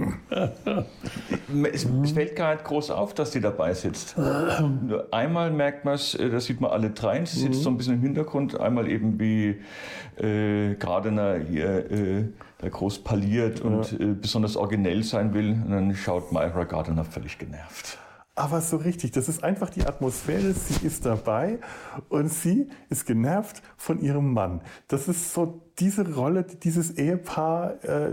Es fällt gar nicht groß auf, dass die dabei sitzt. Einmal merkt man es, da sieht man alle dreien, sie sitzt so ein bisschen im Hintergrund, einmal eben wie Gardner hier da groß parliert und besonders originell sein will und dann schaut Myra Gardner völlig genervt. Aber so richtig, das ist einfach die Atmosphäre, sie ist dabei und sie ist genervt von ihrem Mann. Das ist so diese Rolle, dieses Ehepaar,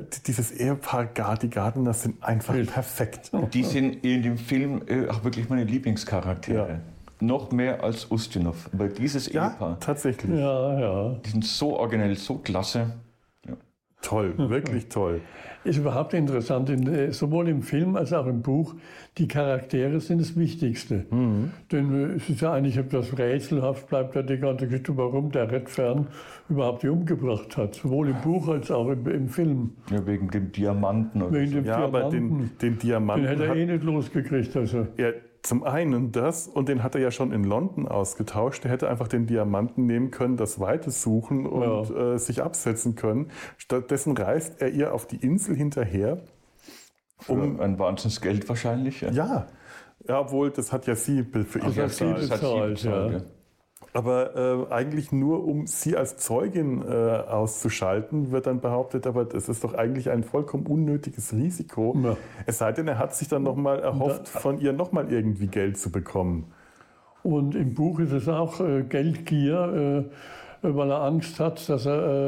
die Gardner sind einfach perfekt. Die sind in dem Film auch wirklich meine Lieblingscharaktere. Ja. Noch mehr als Ustinov, weil dieses Ehepaar. Tatsächlich. Ja. Die sind so originell, so klasse. Ja. Toll, wirklich toll. Ist überhaupt interessant, sowohl im Film als auch im Buch, die Charaktere sind das Wichtigste. Denn es ist ja eigentlich etwas rätselhaft, bleibt ja die ganze Geschichte, warum der Redfern überhaupt die umgebracht hat. Sowohl im Buch als auch im Film. Ja, wegen dem Diamanten. Oder wegen dem Diamanten. Aber den Diamanten. Den hätte er nicht losgekriegt. Also. Ja, zum einen das, und den hat er ja schon in London ausgetauscht. Er hätte einfach den Diamanten nehmen können, das Weite suchen und sich absetzen können. Stattdessen reist er ihr auf die Insel hinterher. Um ein Wahnsinnsgeld wahrscheinlich. Ja, obwohl das hat ja sie für ihn bezahlt. Aber eigentlich nur, um sie als Zeugin auszuschalten, wird dann behauptet, aber das ist doch eigentlich ein vollkommen unnötiges Risiko. Ja. Es sei denn, er hat sich dann nochmal erhofft, von ihr nochmal irgendwie Geld zu bekommen. Und im Buch ist es auch Geldgier, weil er Angst hat, dass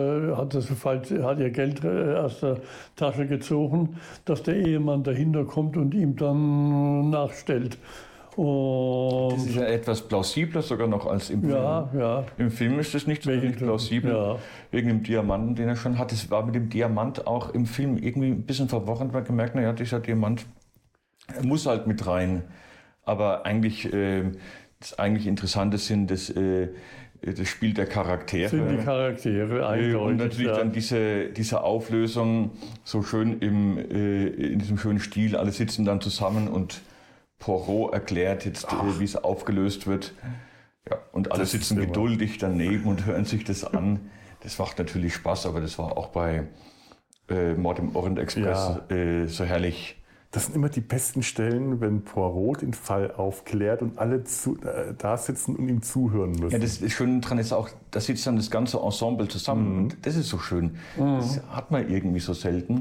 hat ihr Geld aus der Tasche gezogen, dass der Ehemann dahinter kommt und ihm dann nachstellt. Und das ist ja etwas plausibler sogar noch als im Film. Ja. Im Film ist das nicht so plausibel, wegen dem Diamanten, den er schon hat. Es war mit dem Diamant auch im Film irgendwie ein bisschen verworren, weil man gemerkt, naja, dieser Diamant muss halt mit rein. Aber eigentlich, das eigentlich Interessante sind das Spiel der Charaktere. Sind die Charaktere eindeutig. Und natürlich dann diese Auflösung, so schön in diesem schönen Stil, alle sitzen dann zusammen und Poirot erklärt jetzt, wie es aufgelöst wird. Ja, und alle sitzen geduldig daneben und hören sich das an. Das macht natürlich Spaß, aber das war auch bei Mord im Orient Express so herrlich. Das sind immer die besten Stellen, wenn Poirot den Fall aufklärt und alle da sitzen und ihm zuhören müssen. Ja, das Schöne daran ist auch, da sitzt dann das ganze Ensemble zusammen. Und das ist so schön. Das hat man irgendwie so selten.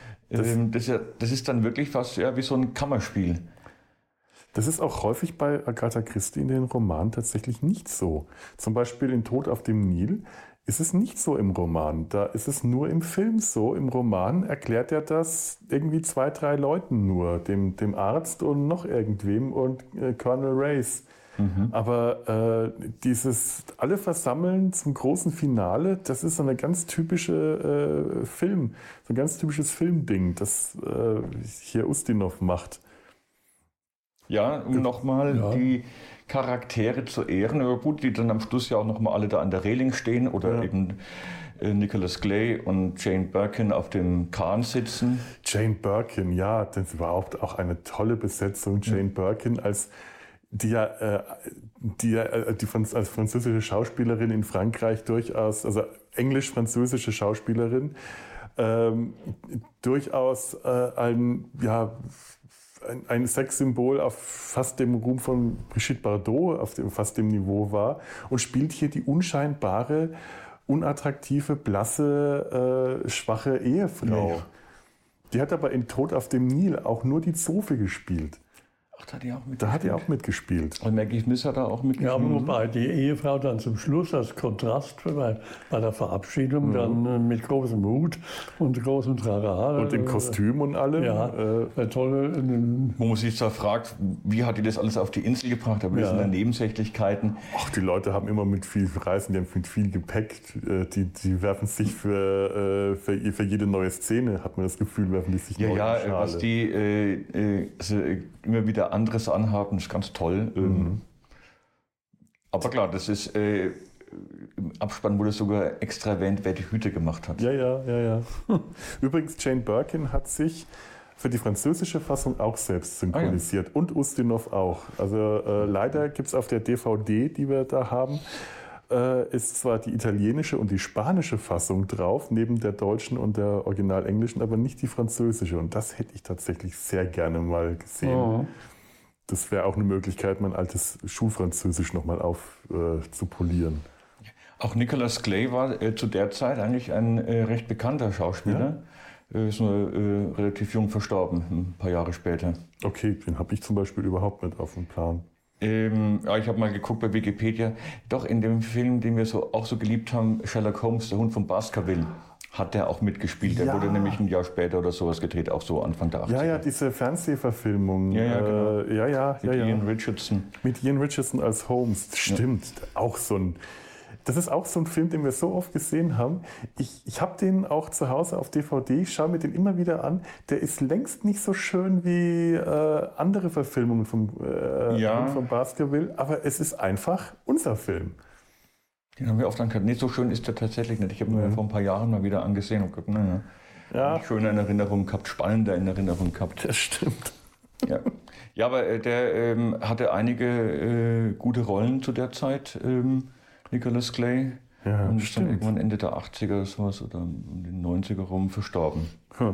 Das ist dann wirklich fast wie so ein Kammerspiel. Das ist auch häufig bei Agatha Christie in den Romanen tatsächlich nicht so. Zum Beispiel in Tod auf dem Nil ist es nicht so im Roman. Da ist es nur im Film so. Im Roman erklärt er das irgendwie 2, 3 Leuten nur. Dem Arzt und noch irgendwem und Colonel Race. Aber dieses alle versammeln zum großen Finale, das ist so eine ganz typische so ein ganz typisches Filmding, das hier Ustinov macht. Ja, um nochmal die Charaktere zu ehren, aber gut, die dann am Schluss ja auch nochmal alle da an der Reling stehen oder eben Nicholas Clay und Jane Birkin auf dem Kahn sitzen. Jane Birkin, ja, das ist überhaupt auch eine tolle Besetzung. Jane Birkin als als französische Schauspielerin in Frankreich durchaus, also englisch-französische Schauspielerin, durchaus ein Sexsymbol auf fast dem Ruhm von Brigitte Bardot, auf fast dem Niveau war und spielt hier die unscheinbare, unattraktive, blasse, schwache Ehefrau. Ja. Die hat aber in Tod auf dem Nil auch nur die Zofe gespielt. Ach, da hat die auch mitgespielt. Da hat die auch mitgespielt. Und Maggie Smith hat da auch mitgespielt. Ja, wobei die Ehefrau dann zum Schluss als Kontrast bei der Verabschiedung dann mit großem Hut und großem Trara. Und im Kostüm und allem. Ja, tolle. Wo man sich zwar fragt, wie hat die das alles auf die Insel gebracht, aber das sind dann Nebensächlichkeiten. Ach, die Leute haben immer mit viel Reisen, die haben mit viel Gepäck. Die werfen sich für jede neue Szene, hat man das Gefühl, werfen die sich neue Schale. Ja, was die immer wieder anderes anhaben, ist ganz toll. Aber klar, das ist im Abspann wurde sogar extra erwähnt, wer die Hüte gemacht hat. Ja. Übrigens, Jane Birkin hat sich für die französische Fassung auch selbst synchronisiert und Ustinov auch. Also leider gibt es auf der DVD, die wir da haben, ist zwar die italienische und die spanische Fassung drauf, neben der deutschen und der original englischen, aber nicht die französische. Und das hätte ich tatsächlich sehr gerne mal gesehen. Oh. Das wäre auch eine Möglichkeit, mein altes Schulfranzösisch nochmal zu polieren. Auch Nicholas Clay war zu der Zeit eigentlich ein recht bekannter Schauspieler. Ist nur relativ jung verstorben, ein paar Jahre später. Okay, den habe ich zum Beispiel überhaupt nicht auf dem Plan. Ich habe mal geguckt bei Wikipedia. Doch in dem Film, den wir auch so geliebt haben, Sherlock Holmes, der Hund von Baskerville, hat der auch mitgespielt. Der wurde nämlich ein Jahr später oder sowas gedreht, auch so Anfang der 80er. Ja, diese Fernsehverfilmung. Genau. Mit Ian Richardson. Mit Ian Richardson als Holmes. Stimmt. Auch das ist auch so ein Film, den wir so oft gesehen haben. Ich habe den auch zu Hause auf DVD, ich schaue mir den immer wieder an. Der ist längst nicht so schön wie andere Verfilmungen von Baskerville, aber es ist einfach unser Film. Den haben wir oft angehört. Nicht so schön ist der tatsächlich nicht. Ich habe mir vor ein paar Jahren mal wieder angesehen und gesagt, schöne Erinnerungen gehabt, spannende Erinnerungen gehabt. Das stimmt. Ja, aber der hatte einige gute Rollen zu der Zeit, Nicholas Clay. Ja, und ist dann irgendwann Ende der 80er sowas oder um den 90er rum verstorben.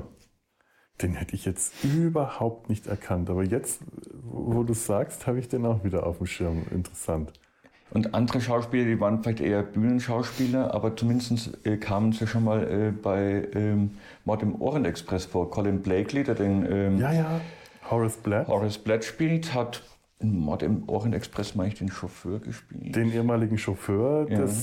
Den hätte ich jetzt überhaupt nicht erkannt. Aber jetzt, wo du es sagst, habe ich den auch wieder auf dem Schirm. Interessant. Und andere Schauspieler, die waren vielleicht eher Bühnenschauspieler, aber zumindest kamen sie schon mal bei Mord im Orient Express vor. Colin Blakely, der den Horace Blatt spielt, hat in Mord im Orient Express, meine ich, den Chauffeur gespielt. Den ehemaligen Chauffeur,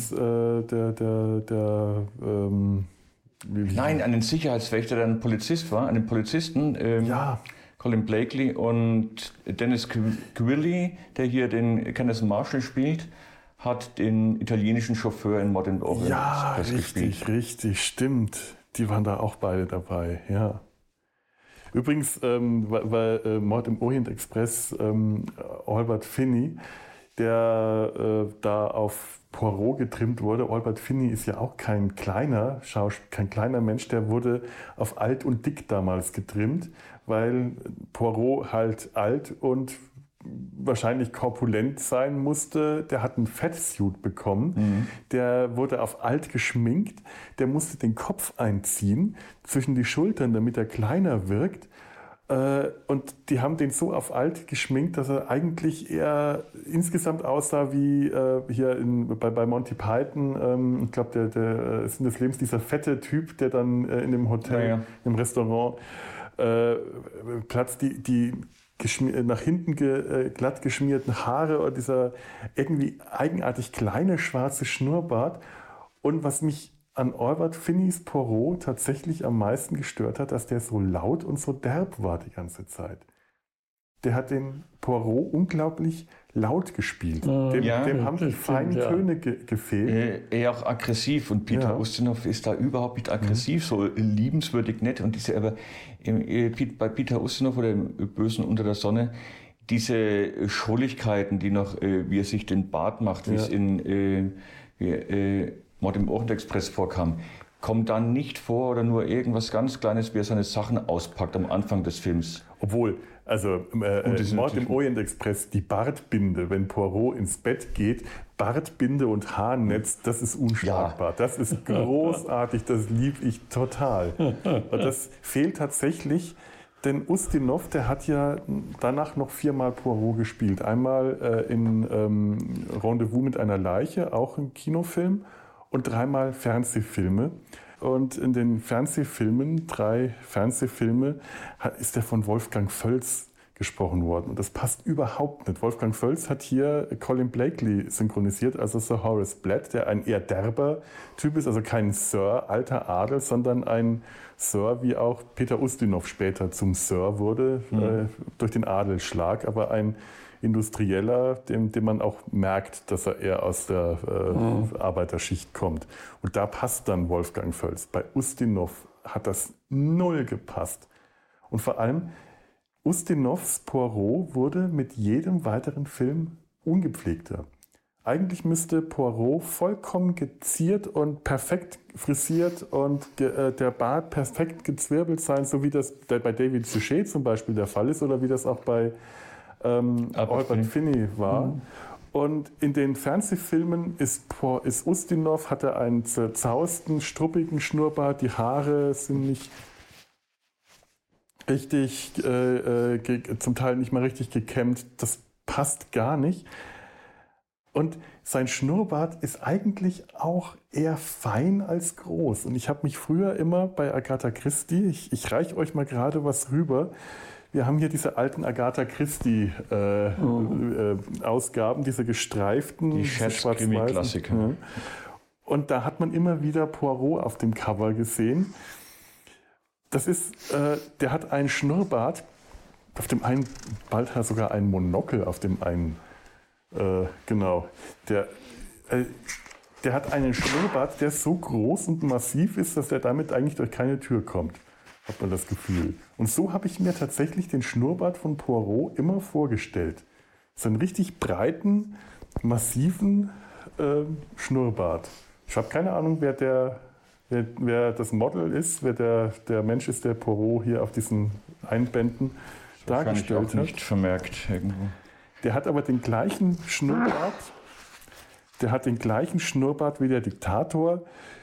Nein, einen Sicherheitswächter, der ein Polizist war, einen Polizisten. Colin Blakely und Dennis Quilly, der hier den Kenneth Marshall spielt, hat den italienischen Chauffeur in Mord im Orient Express gespielt. Ja, richtig, stimmt. Die waren da auch beide dabei, ja. Übrigens, weil Mord im Orient Express, Albert Finney, der da auf Poirot getrimmt wurde. Albert Finney ist ja auch kein kleiner Mensch, der wurde auf alt und dick damals getrimmt, weil Poirot halt alt und wahrscheinlich korpulent sein musste. Der hat einen Fettsuit bekommen, der wurde auf alt geschminkt, der musste den Kopf einziehen zwischen die Schultern, damit er kleiner wirkt. Und die haben den so auf alt geschminkt, dass er eigentlich eher insgesamt aussah wie hier bei Monty Python. Ich glaube, der Sinn des Lebens, dieser fette Typ, der dann in dem Hotel, im Restaurant platzt, die nach hinten glatt geschmierten Haare oder dieser irgendwie eigenartig kleine schwarze Schnurrbart. Und was mich an Albert Finneys Poirot tatsächlich am meisten gestört hat, dass der so laut und so derb war die ganze Zeit. Der hat den Poirot unglaublich laut gespielt. Dem haben die feinen Töne gefehlt. Eher auch aggressiv. Und Peter Ustinov ist da überhaupt nicht aggressiv, so liebenswürdig nett. Und bei Peter Ustinov oder im Bösen unter der Sonne, diese Schrulligkeiten, die noch, wie er sich den Bart macht, wie es in Mord im Orient-Express vorkam, kommt dann nicht vor oder nur irgendwas ganz Kleines, wie er seine Sachen auspackt am Anfang des Films. Obwohl, also Mord im Orient-Express, die Bartbinde, wenn Poirot ins Bett geht, Bartbinde und Haarnetz, das ist unschlagbar. Ja. Das ist großartig, das liebe ich total. Und das fehlt tatsächlich, denn Ustinov, der hat ja danach noch 4-mal Poirot gespielt. Einmal in Rendezvous mit einer Leiche, auch im Kinofilm, und 3-mal Fernsehfilme. Und in den Fernsehfilmen, 3 Fernsehfilme, ist der von Wolfgang Völz gesprochen worden. Und das passt überhaupt nicht. Wolfgang Völz hat hier Colin Blakely synchronisiert, also Sir Horace Blatt, der ein eher derber Typ ist, also kein Sir, alter Adel, sondern ein Sir, wie auch Peter Ustinov später zum Sir wurde, durch den Adelsschlag, aber ein Industrieller, dem man auch merkt, dass er eher aus der Arbeiterschicht kommt. Und da passt dann Wolfgang Völz. Bei Ustinov hat das null gepasst. Und vor allem, Ustinovs Poirot wurde mit jedem weiteren Film ungepflegter. Eigentlich müsste Poirot vollkommen geziert und perfekt frisiert und der Bart perfekt gezwirbelt sein, so wie das bei David Suchet zum Beispiel der Fall ist oder wie das auch bei Albert Finney war. Und in den Fernsehfilmen ist Ustinov, hat er einen zerzausten, struppigen Schnurrbart, die Haare sind nicht richtig, zum Teil nicht mal richtig gekämmt, das passt gar nicht. Und sein Schnurrbart ist eigentlich auch eher fein als groß. Und ich habe mich früher immer bei Agatha Christie, ich reiche euch mal gerade was rüber, wir haben hier diese alten Agatha Christie Ausgaben, diese gestreiften, die Schwarz-Krimi-Klassiker. Ja. Und da hat man immer wieder Poirot auf dem Cover gesehen. Das ist, der hat einen Schnurrbart, auf dem einen, bald hat er sogar einen Monokel auf dem einen, genau. Der hat einen Schnurrbart, der so groß und massiv ist, dass er damit eigentlich durch keine Tür kommt. Hat man das Gefühl. Und so habe ich mir tatsächlich den Schnurrbart von Poirot immer vorgestellt. So einen richtig breiten, massiven Schnurrbart. Ich habe keine Ahnung, wer das Model ist, wer der Mensch ist, der Poirot hier auf diesen Einbänden dargestellt hat. Nicht vermerkt irgendwo. Der hat aber den gleichen Schnurrbart. Der hat den gleichen Schnurrbart wie der Diktator.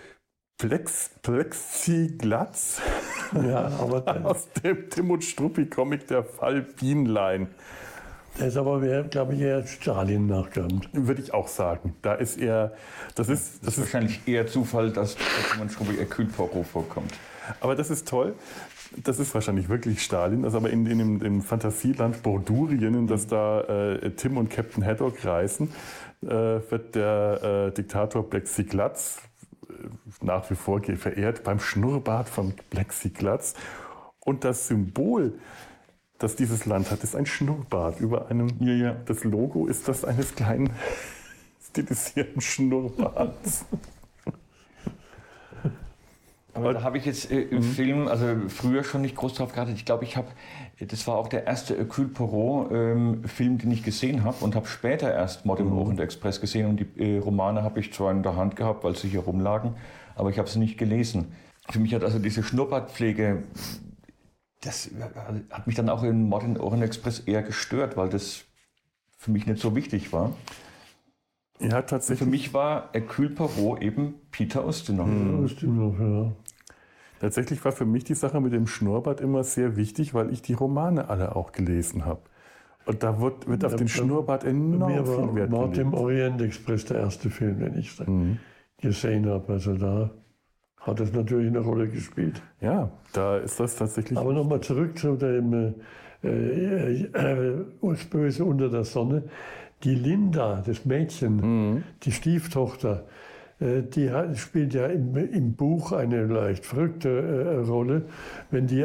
Plexiglatz. Ja, aber aus dem Tim und Struppi-Comic Der Fall Bienlein. Der ist aber, glaube ich, eher Stalin nachgeahmt. Würde ich auch sagen. Da ist er. Das ist wahrscheinlich eher Zufall, dass Tim und Struppi Hercule vorkommt. Aber das ist toll. Das ist wahrscheinlich wirklich Stalin. Also aber in dem Fantasieland Bordurien, in das da Tim und Captain Haddock reisen, wird der Diktator Plexiglatz nach wie vor verehrt beim Schnurrbart von Plexiglatz. Und das Symbol, das dieses Land hat, ist ein Schnurrbart. Über einem, das Logo ist das eines kleinen stilisierten Schnurrbarts. Aber da habe ich jetzt im Film, also früher schon nicht groß drauf geachtet. Ich glaube, das war auch der erste Hercule Poirot-Film, den ich gesehen habe und habe später erst Mord im Orient Express gesehen und die Romane habe ich zwar in der Hand gehabt, weil sie hier rumlagen, aber ich habe sie nicht gelesen. Für mich hat also diese Schnurrbartpflege, das hat mich dann auch in Mord im Orient Express eher gestört, weil das für mich nicht so wichtig war. Ja, tatsächlich. Für mich war Hercule Poirot eben Peter Ustinov. Ustinov, ja. Tatsächlich war für mich die Sache mit dem Schnurrbart immer sehr wichtig, weil ich die Romane alle auch gelesen habe. Und da wird auf den Schnurrbart enorm viel Wert gelegt. Mord im Orient Express der erste Film, den ich gesehen habe. Also da hat es natürlich eine Rolle gespielt. Ja, da ist das tatsächlich... Aber nochmal zurück zu dem Böse unter der Sonne. Die Linda, das Mädchen, die Stieftochter, die spielt ja im Buch eine leicht verrückte Rolle, wenn die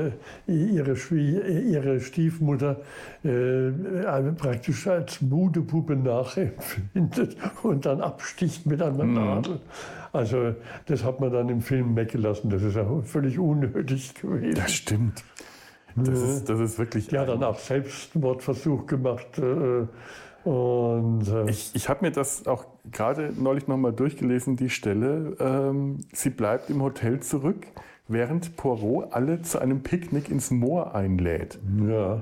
ihre Stiefmutter praktisch als Modepuppe nachempfindet und dann absticht mit einer Nadel. Also das hat man dann im Film weggelassen. Das ist auch völlig unnötig gewesen. Das stimmt. Das ist wirklich... Die hat dann auch Selbstmordversuch gemacht. Ich habe mir das auch gerade neulich nochmal durchgelesen, die Stelle. Sie bleibt im Hotel zurück, während Poirot alle zu einem Picknick ins Moor einlädt. Ja,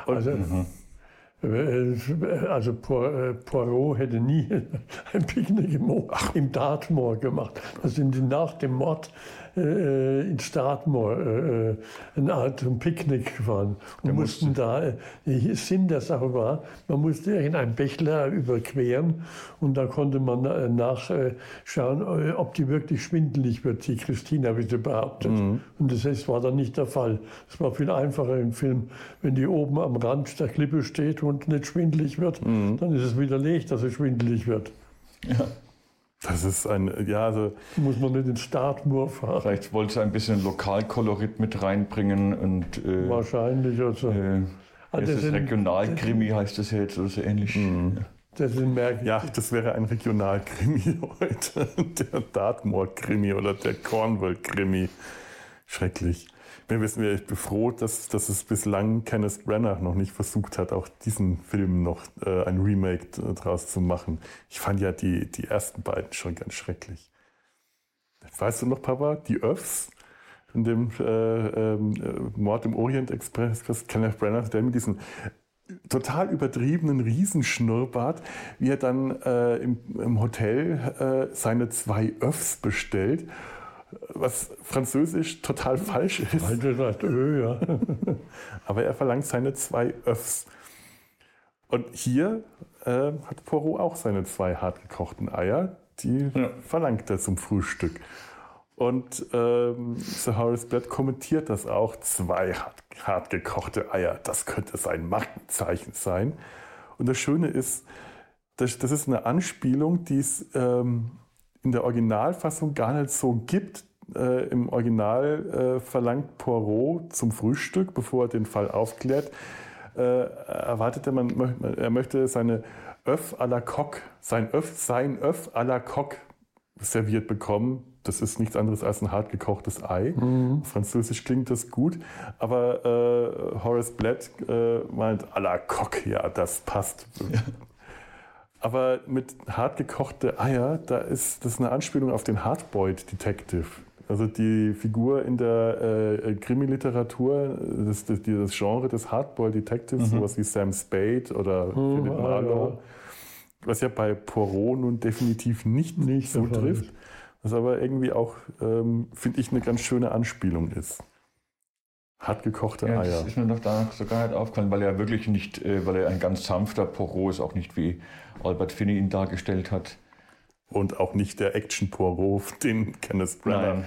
also Poirot hätte nie ein Picknick im Dartmoor gemacht. Da sind die nach dem Mord ins Dartmoor eine Art Picknick gefahren und mussten da, Sinn der Sache war, man musste irgendeinen Bächler überqueren und da konnte man nachschauen, ob die wirklich schwindelig wird, die Christina, wie sie behauptet. Und das war dann nicht der Fall. Es war viel einfacher im Film, wenn die oben am Rand der Klippe steht und nicht schwindelig wird, dann ist es widerlegt, dass es schwindelig wird. Ja. Das ist also muss man nicht ins Dartmoor fahren. Vielleicht wollte sie ein bisschen Lokalkolorit mit reinbringen und wahrscheinlich. Also. Das ist Regionalkrimi, heißt das jetzt oder so ähnlich. Das das wäre ein Regionalkrimi heute. Der Dartmoor-Krimi oder der Cornwall-Krimi. Schrecklich. Ich bin froh, dass es bislang Kenneth Branagh noch nicht versucht hat, auch diesen Film noch ein Remake draus zu machen. Ich fand ja die ersten beiden schon ganz schrecklich. Weißt du noch, Papa, die Öffs in dem Mord im Orient Express, Kenneth Branagh, der mit diesem total übertriebenen Riesenschnurrbart, wie er dann im Hotel seine 2 Öffs bestellt, was französisch total falsch ist. Ja. Aber er verlangt seine 2 Öffs. Und hier hat Poirot auch seine 2 hartgekochten Eier, die verlangt er zum Frühstück. Und Sir Horace Blatt kommentiert das auch, 2 hartgekochte Eier, das könnte sein Markenzeichen sein. Und das Schöne ist, das ist eine Anspielung, die es in der Originalfassung gar nicht so gibt. Im Original verlangt Poirot zum Frühstück, bevor er den Fall aufklärt, erwartet er möchte seine Œuf à la coque, sein Œuf à la coque serviert bekommen. Das ist nichts anderes als ein hart gekochtes Ei. Französisch klingt das gut, aber Horace Blatt meint à la coque, ja, das passt. Aber mit hart gekochte Eier, das ist eine Anspielung auf den Hardboiled Detective. Also die Figur in der Krimi-Literatur, das Genre des Hardboiled Detectives, sowas wie Sam Spade oder Philip Marlowe, was ja bei Poirot nun definitiv nicht zutrifft, was aber irgendwie auch, finde ich, eine ganz schöne Anspielung ist. Hart gekochte Eier. Das ist mir noch da sogar nicht aufgefallen, weil er wirklich nicht, weil er ein ganz sanfter Poirot ist, auch nicht wie Albert Finney ihn dargestellt hat. Und auch nicht der Action-Poirot, den Kenneth Branagh.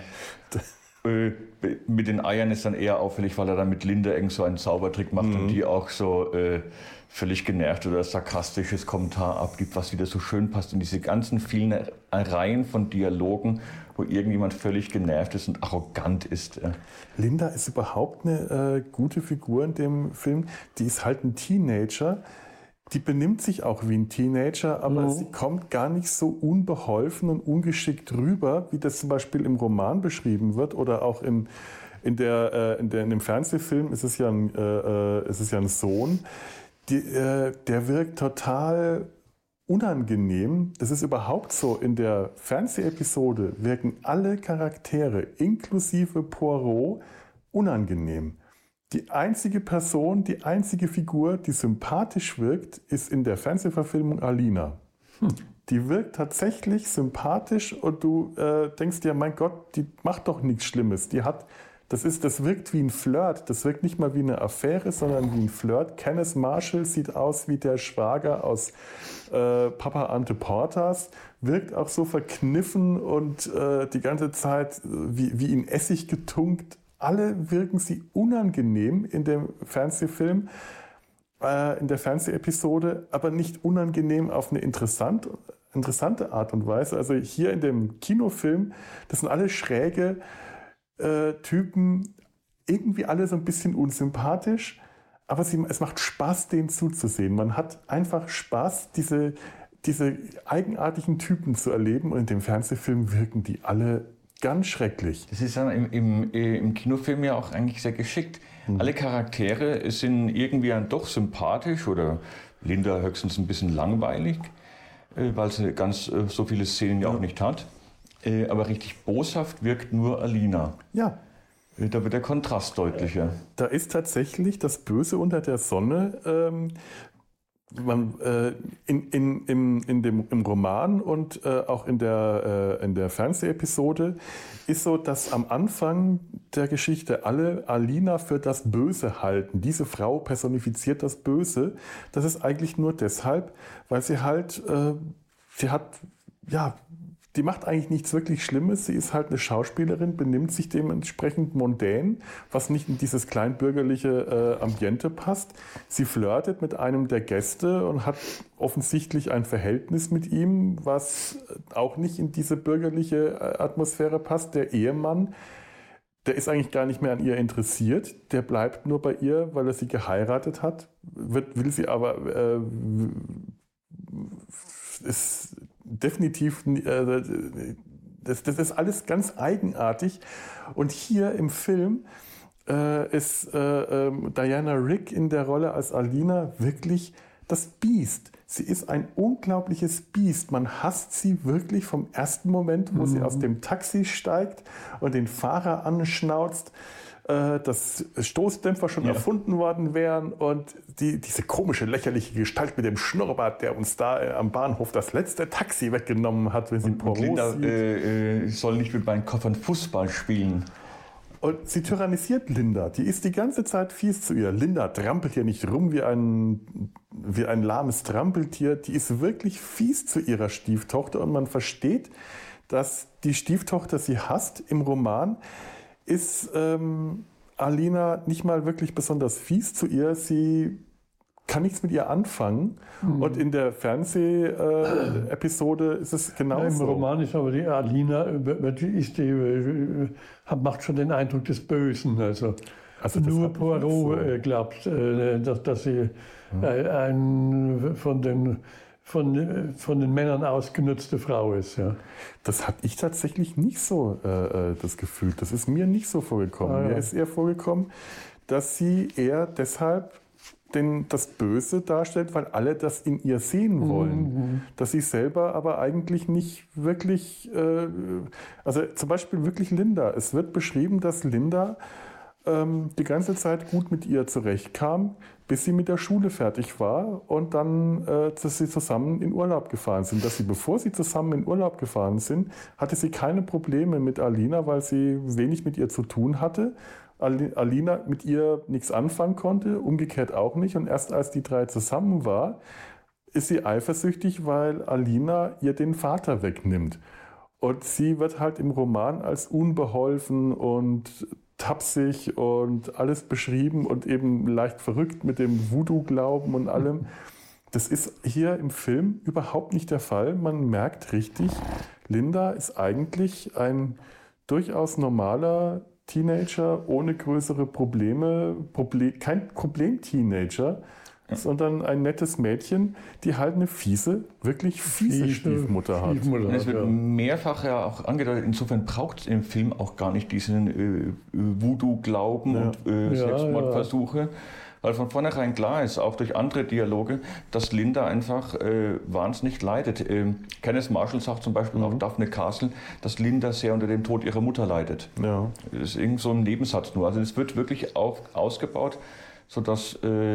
Mit den Eiern ist dann eher auffällig, weil er dann mit Linda eng so einen Zaubertrick macht und die auch so völlig genervt oder sarkastisches Kommentar abgibt, was wieder so schön passt. Und diese ganzen vielen Reihen von Dialogen, wo irgendjemand völlig genervt ist und arrogant ist. Linda ist überhaupt eine gute Figur in dem Film. Die ist halt ein Teenager. Die benimmt sich auch wie ein Teenager, aber sie kommt gar nicht so unbeholfen und ungeschickt rüber, wie das zum Beispiel im Roman beschrieben wird oder auch in dem Fernsehfilm ist es ja ein Sohn. Der wirkt total unangenehm. Das ist überhaupt so. In der Fernsehepisode wirken alle Charaktere, inklusive Poirot, unangenehm. Die einzige Person, die einzige Figur, die sympathisch wirkt, ist in der Fernsehverfilmung Alina. Die wirkt tatsächlich sympathisch und du denkst dir, mein Gott, die macht doch nichts Schlimmes. Das wirkt wie ein Flirt. Das wirkt nicht mal wie eine Affäre, sondern wie ein Flirt. Kenneth Marshall sieht aus wie der Schwager aus Papa Ante Portas, wirkt auch so verkniffen und die ganze Zeit wie in Essig getunkt. Alle wirken sie unangenehm in dem Fernsehfilm, in der Fernsehepisode, aber nicht unangenehm auf eine interessante interessante Art und Weise. Also hier in dem Kinofilm, das sind alle schräge Typen, irgendwie alle so ein bisschen unsympathisch, aber es macht Spaß, denen zuzusehen. Man hat einfach Spaß, diese eigenartigen Typen zu erleben, und in dem Fernsehfilm wirken die alle ganz schrecklich. Das ist dann im Kinofilm ja auch eigentlich sehr geschickt. Alle Charaktere sind irgendwie dann doch sympathisch oder Linda höchstens ein bisschen langweilig, weil sie ganz so viele Szenen ja auch nicht hat. Aber richtig boshaft wirkt nur Alina. Ja. Da wird der Kontrast deutlicher. Da ist tatsächlich das Böse unter der Sonne. Im Roman und auch in der Fernsehepisode ist so, dass am Anfang der Geschichte alle Alina für das Böse halten. Diese Frau personifiziert das Böse. Das ist eigentlich nur deshalb, weil sie halt, die macht eigentlich nichts wirklich Schlimmes. Sie ist halt eine Schauspielerin, benimmt sich dementsprechend mondän, was nicht in dieses kleinbürgerliche Ambiente passt. Sie flirtet mit einem der Gäste und hat offensichtlich ein Verhältnis mit ihm, was auch nicht in diese bürgerliche Atmosphäre passt. Der Ehemann, der ist eigentlich gar nicht mehr an ihr interessiert. Der bleibt nur bei ihr, weil er sie geheiratet hat. Will sie aber... ist definitiv, das ist alles ganz eigenartig. Und hier im Film ist Diana Rigg in der Rolle als Alina wirklich das Biest. Sie ist ein unglaubliches Biest. Man hasst sie wirklich vom ersten Moment, wo sie aus dem Taxi steigt und den Fahrer anschnauzt, dass Stoßdämpfer schon erfunden worden wären, und diese komische, lächerliche Gestalt mit dem Schnurrbart, der uns da am Bahnhof das letzte Taxi weggenommen hat, wenn sie Poirot Linda soll nicht mit meinen Koffern Fußball spielen. Und sie tyrannisiert Linda. Die ist die ganze Zeit fies zu ihr. Linda trampelt hier nicht rum wie ein lahmes Trampeltier. Die ist wirklich fies zu ihrer Stieftochter, und man versteht, dass die Stieftochter sie hasst. Im Roman ist Alina nicht mal wirklich besonders fies zu ihr. Sie kann nichts mit ihr anfangen. Und in der Fernsehepisode ist es genauso. Ja, im Roman ist aber die Alina macht schon den Eindruck des Bösen. Also nur Poirot glaubt, dass sie ein von den Männern ausgenutzte Frau ist. Ja. Das hatte ich tatsächlich nicht so das Gefühl. Das ist mir nicht so vorgekommen. Mir ist eher vorgekommen, dass sie eher deshalb das Böse darstellt, weil alle das in ihr sehen wollen. Dass sie selber aber eigentlich nicht wirklich, also zum Beispiel wirklich Linda. Es wird beschrieben, dass Linda die ganze Zeit gut mit ihr zurechtkam, bis sie mit der Schule fertig war und dann, dass sie zusammen in Urlaub gefahren sind. Bevor sie zusammen in Urlaub gefahren sind, hatte sie keine Probleme mit Alina, weil sie wenig mit ihr zu tun hatte. Alina mit ihr nichts anfangen konnte, umgekehrt auch nicht. Und erst als die drei zusammen war, ist sie eifersüchtig, weil Alina ihr den Vater wegnimmt. Und sie wird halt im Roman als unbeholfen und tapsig und alles beschrieben und eben leicht verrückt mit dem Voodoo-Glauben und allem. Das ist hier im Film überhaupt nicht der Fall. Man merkt richtig, Linda ist eigentlich ein durchaus normaler Teenager ohne größere Probleme, kein Problem-Teenager, sondern ein nettes Mädchen, die halt eine wirklich fiese Stiefmutter hat. Und es wird mehrfach ja auch angedeutet, insofern braucht es im Film auch gar nicht diesen Voodoo-Glauben und Selbstmordversuche. Weil von vornherein klar ist, auch durch andere Dialoge, dass Linda einfach wahnsinnig leidet. Kenneth Marshall sagt zum Beispiel auch Daphne Castle, dass Linda sehr unter dem Tod ihrer Mutter leidet. Ja. Das ist irgend so ein Nebensatz nur. Also es wird wirklich ausgebaut, sodass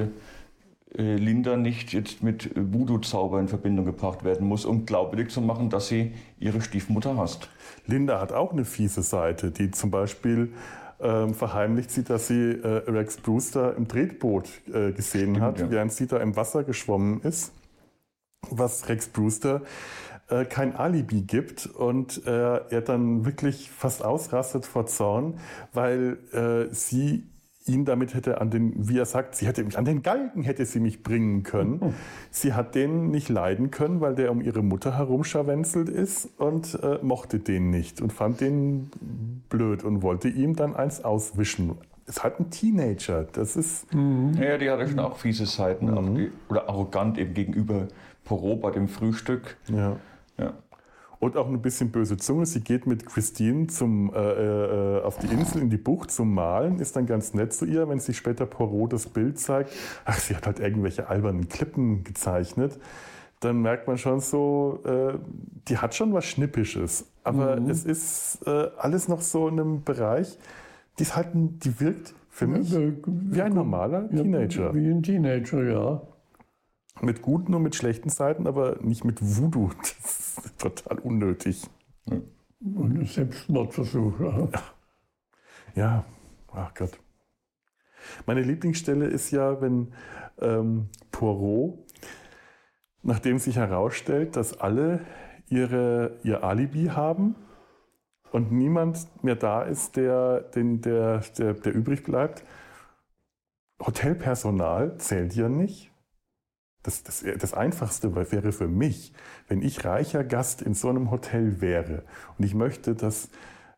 Linda nicht jetzt mit Voodoo-Zauber in Verbindung gebracht werden muss, um glaubwürdig zu machen, dass sie ihre Stiefmutter hasst. Linda hat auch eine fiese Seite, die zum Beispiel verheimlicht sie, dass sie Rex Brewster im Tretboot gesehen hat, während sie da im Wasser geschwommen ist, was Rex Brewster kein Alibi gibt und er dann wirklich fast ausrastet vor Zorn, weil sie ihn damit hätte wie er sagt, an den Galgen hätte sie mich bringen können. Sie hat den nicht leiden können, weil der um ihre Mutter herumscharwenzelt ist und mochte den nicht und fand den blöd und wollte ihm dann eins auswischen. Ist halt ein Teenager, das ist... Ja, die hatte schon auch fiese Seiten, oder arrogant eben gegenüber Poirot bei dem Frühstück. Ja. Und auch ein bisschen böse Zunge. Sie geht mit Christine auf die Insel in die Bucht zum Malen, ist dann ganz nett zu ihr, wenn sie später Poirot das Bild zeigt. Ach, sie hat halt irgendwelche albernen Klippen gezeichnet. Dann merkt man schon so, die hat schon was Schnippisches. Aber es ist alles noch so in einem Bereich, die wirkt für mich wie ein normaler Teenager. Wie ein Teenager, ja. Mit guten und mit schlechten Seiten, aber nicht mit Voodoo. Das ist total unnötig. Und ein Selbstmordversuch. Ja, ach Gott. Meine Lieblingsstelle ist ja, wenn Poirot, nachdem sich herausstellt, dass alle ihr Alibi haben und niemand mehr da ist, der übrig bleibt. Hotelpersonal zählt ja nicht. Das Einfachste wäre für mich, wenn ich reicher Gast in so einem Hotel wäre und ich möchte, dass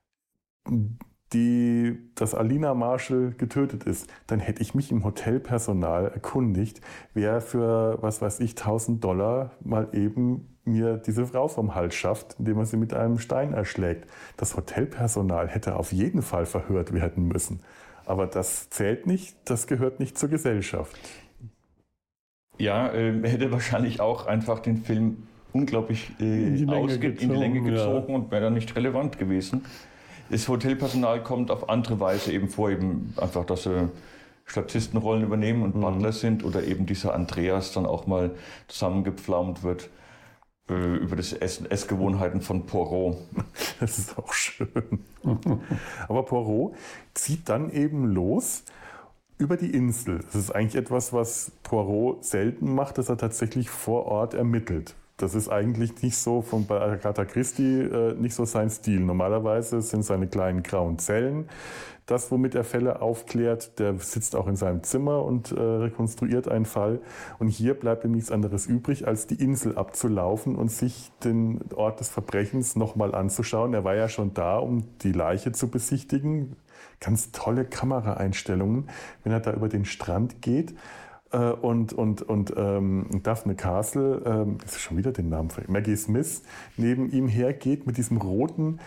Alina Marshall getötet ist, dann hätte ich mich im Hotelpersonal erkundigt, wer für, was weiß ich, $1000 mal eben mir diese Frau vom Hals schafft, indem er sie mit einem Stein erschlägt. Das Hotelpersonal hätte auf jeden Fall verhört werden müssen. Aber das zählt nicht, das gehört nicht zur Gesellschaft. Ja, hätte wahrscheinlich auch einfach den Film unglaublich in die Länge gezogen und wäre dann nicht relevant gewesen. Das Hotelpersonal kommt auf andere Weise eben vor, eben einfach, dass sie Statistenrollen übernehmen und Butler sind oder eben dieser Andreas dann auch mal zusammengepflaumt wird über das Essgewohnheiten von Poirot. Das ist auch schön. Aber Poirot zieht dann eben los über die Insel. Das ist eigentlich etwas, was Poirot selten macht, dass er tatsächlich vor Ort ermittelt. Das ist eigentlich nicht so bei Agatha Christie nicht so sein Stil. Normalerweise sind seine kleinen grauen Zellen das, womit er Fälle aufklärt. Der sitzt auch in seinem Zimmer und rekonstruiert einen Fall. Und hier bleibt ihm nichts anderes übrig, als die Insel abzulaufen und sich den Ort des Verbrechens nochmal anzuschauen. Er war ja schon da, um die Leiche zu besichtigen. Ganz tolle Kameraeinstellungen, wenn er da über den Strand geht. Und Daphne Castle, das ist schon wieder den Namen von Maggie Smith, neben ihm hergeht mit diesem roten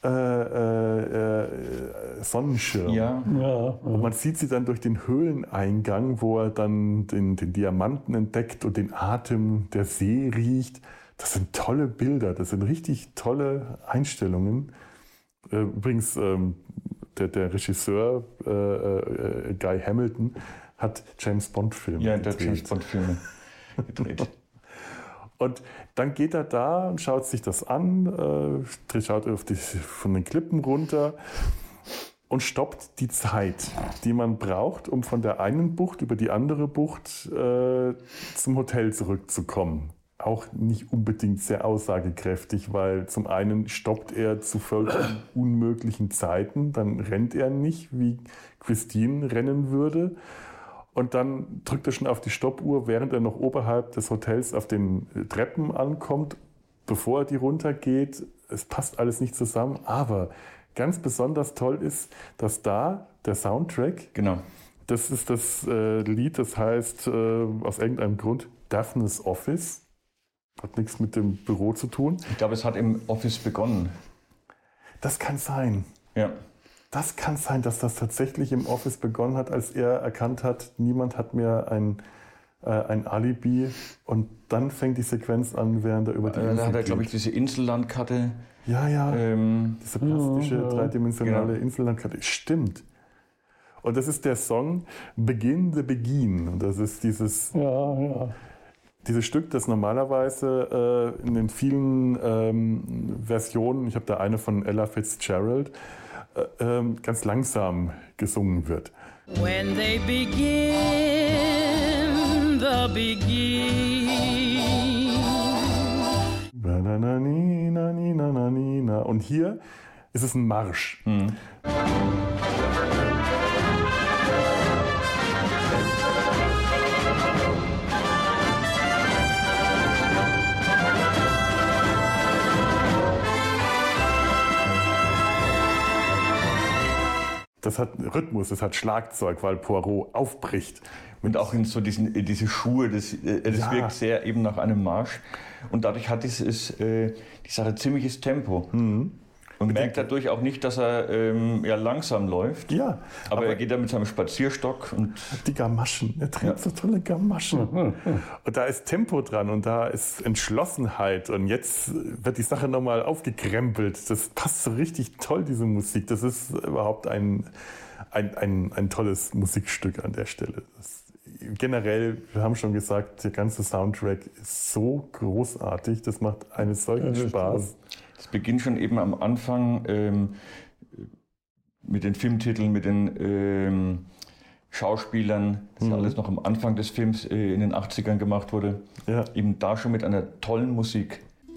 Sonnenschirm. Ja. Und man sieht sie dann durch den Höhleneingang, wo er dann den Diamanten entdeckt und den Atem der See riecht. Das sind tolle Bilder, das sind richtig tolle Einstellungen. Übrigens, der Regisseur Guy Hamilton hat James-Bond-Filme gedreht. Ja, der James-Bond-Filme gedreht. Und dann geht er da und schaut sich das an, schaut von den Klippen runter und stoppt die Zeit, die man braucht, um von der einen Bucht über die andere Bucht zum Hotel zurückzukommen. Auch nicht unbedingt sehr aussagekräftig, weil zum einen stoppt er zu vollkommen unmöglichen Zeiten, dann rennt er nicht, wie Christine rennen würde. Und dann drückt er schon auf die Stoppuhr, während er noch oberhalb des Hotels auf den Treppen ankommt, bevor er die runtergeht. Es passt alles nicht zusammen, aber ganz besonders toll ist, dass da der Soundtrack, genau, das ist das Lied, das heißt aus irgendeinem Grund Daphne's Office. Hat nichts mit dem Büro zu tun. Ich glaube, es hat im Office begonnen. Das kann sein. Ja. Das kann sein, dass das tatsächlich im Office begonnen hat, als er erkannt hat, niemand hat mehr ein Alibi. Und dann fängt die Sequenz an, während er über die Insel Da hat er, geht. glaube ich, diese Insellandkarte. Ja. Diese plastische, dreidimensionale Insellandkarte. Stimmt. Und das ist der Song Begin the Begin. Und das ist dieses Stück, das normalerweise in den vielen Versionen, ich habe da eine von Ella Fitzgerald, ganz langsam gesungen wird. When they begin, the begin. Und hier ist es ein Marsch. das hat Rhythmus, das hat Schlagzeug, weil Poirot aufbricht. Und auch in so diese Schuhe, das wirkt sehr eben nach einem Marsch. Und dadurch hat die Sache ziemliches Tempo. Mhm. Und merkt dadurch auch nicht, dass er langsam läuft. Ja. Aber er geht da mit seinem Spazierstock. Und die Gamaschen, er trägt so tolle Gamaschen. Und da ist Tempo dran und da ist Entschlossenheit. Und jetzt wird die Sache nochmal aufgekrempelt. Das passt so richtig toll, diese Musik. Das ist überhaupt ein tolles Musikstück an der Stelle. Generell, wir haben schon gesagt, der ganze Soundtrack ist so großartig. Das macht einen solchen Spaß. Es beginnt schon eben am Anfang mit den Filmtiteln, mit den Schauspielern. Das ist alles noch am Anfang des Films in den 80ern gemacht wurde. Ja. Eben da schon mit einer tollen Musik.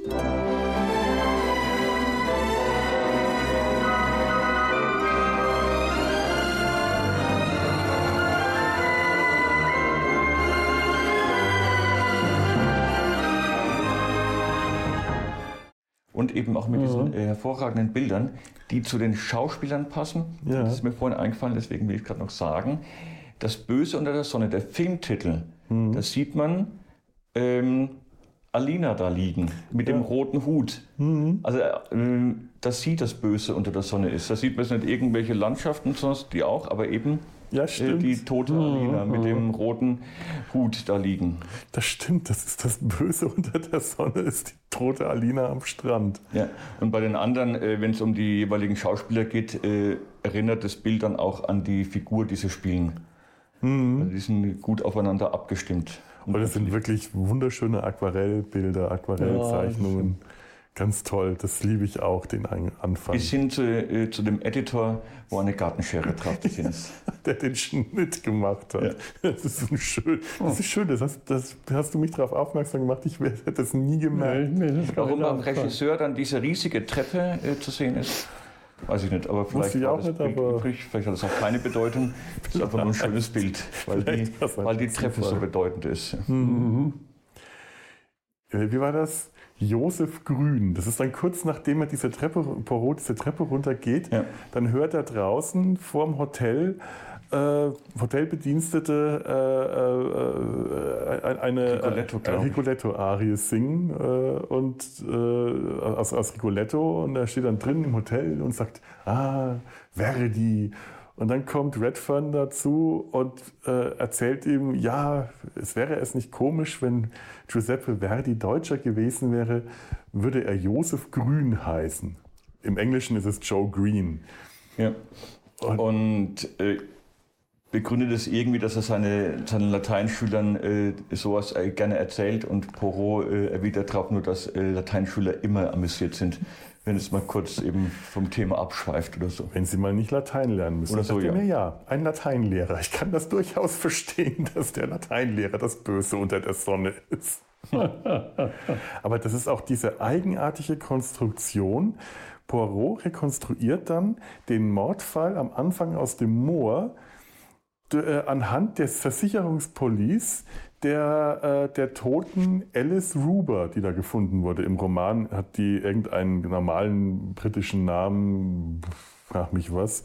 Und eben auch mit diesen hervorragenden Bildern, die zu den Schauspielern passen. Ja. Das ist mir vorhin eingefallen, deswegen will ich gerade noch sagen. Das Böse unter der Sonne, der Filmtitel, da sieht man Alina da liegen mit dem roten Hut. Mhm. Also dass sie das Böse unter der Sonne ist. Da sieht man jetzt nicht irgendwelche Landschaften, sonst die auch, aber eben die tote Alina mit dem roten Hut da liegen. Das stimmt, das ist das Böse unter der Sonne, ist die tote Alina am Strand. Ja. Und bei den anderen, wenn es um die jeweiligen Schauspieler geht, erinnert das Bild dann auch an die Figur, die sie spielen. Mhm. Also die sind gut aufeinander abgestimmt. Und das sind wirklich wunderschöne Aquarellbilder, Aquarellzeichnungen. Ja, ganz toll, das liebe ich auch, den Anfang. Bis hin zu dem Editor, wo eine Gartenschere drauf ist. Der den Schnitt gemacht hat. Ja. Das ist so schön. Das ist schön, das hast du mich darauf aufmerksam gemacht, ich hätte das nie gemerkt. Warum beim Regisseur dann diese riesige Treppe zu sehen ist, weiß ich nicht, aber vielleicht hat das auch keine Bedeutung. Das ist einfach nur ein schönes Bild, weil die Treppe so bedeutend ist. Mhm. Wie war das? Josef Grün. Das ist dann kurz nachdem er Poirot diese Treppe runtergeht, dann hört er draußen vorm Hotel Hotelbedienstete eine Rigoletto-Arie singen aus Rigoletto, und er steht dann drin im Hotel und sagt, Verdi. Und dann kommt Redfern dazu und erzählt ihm, ja, wäre es nicht komisch, wenn Giuseppe Verdi Deutscher gewesen wäre, würde er Josef Grün heißen. Im Englischen ist es Joe Green. Ja. Und begründet es irgendwie, dass er seinen Lateinschülern sowas gerne erzählt, und Poirot erwidert darauf nur, dass Lateinschüler immer amüsiert sind, wenn es mal kurz eben vom Thema abschweift oder so. Wenn sie mal nicht Latein lernen müssen. Oder so, ja, ein Lateinlehrer. Ich kann das durchaus verstehen, dass der Lateinlehrer das Böse unter der Sonne ist. Aber das ist auch diese eigenartige Konstruktion. Poirot rekonstruiert dann den Mordfall am Anfang aus dem Moor anhand des Versicherungspolice der toten Alice Ruber, die da gefunden wurde. Im Roman hat die irgendeinen normalen britischen Namen, frag mich was.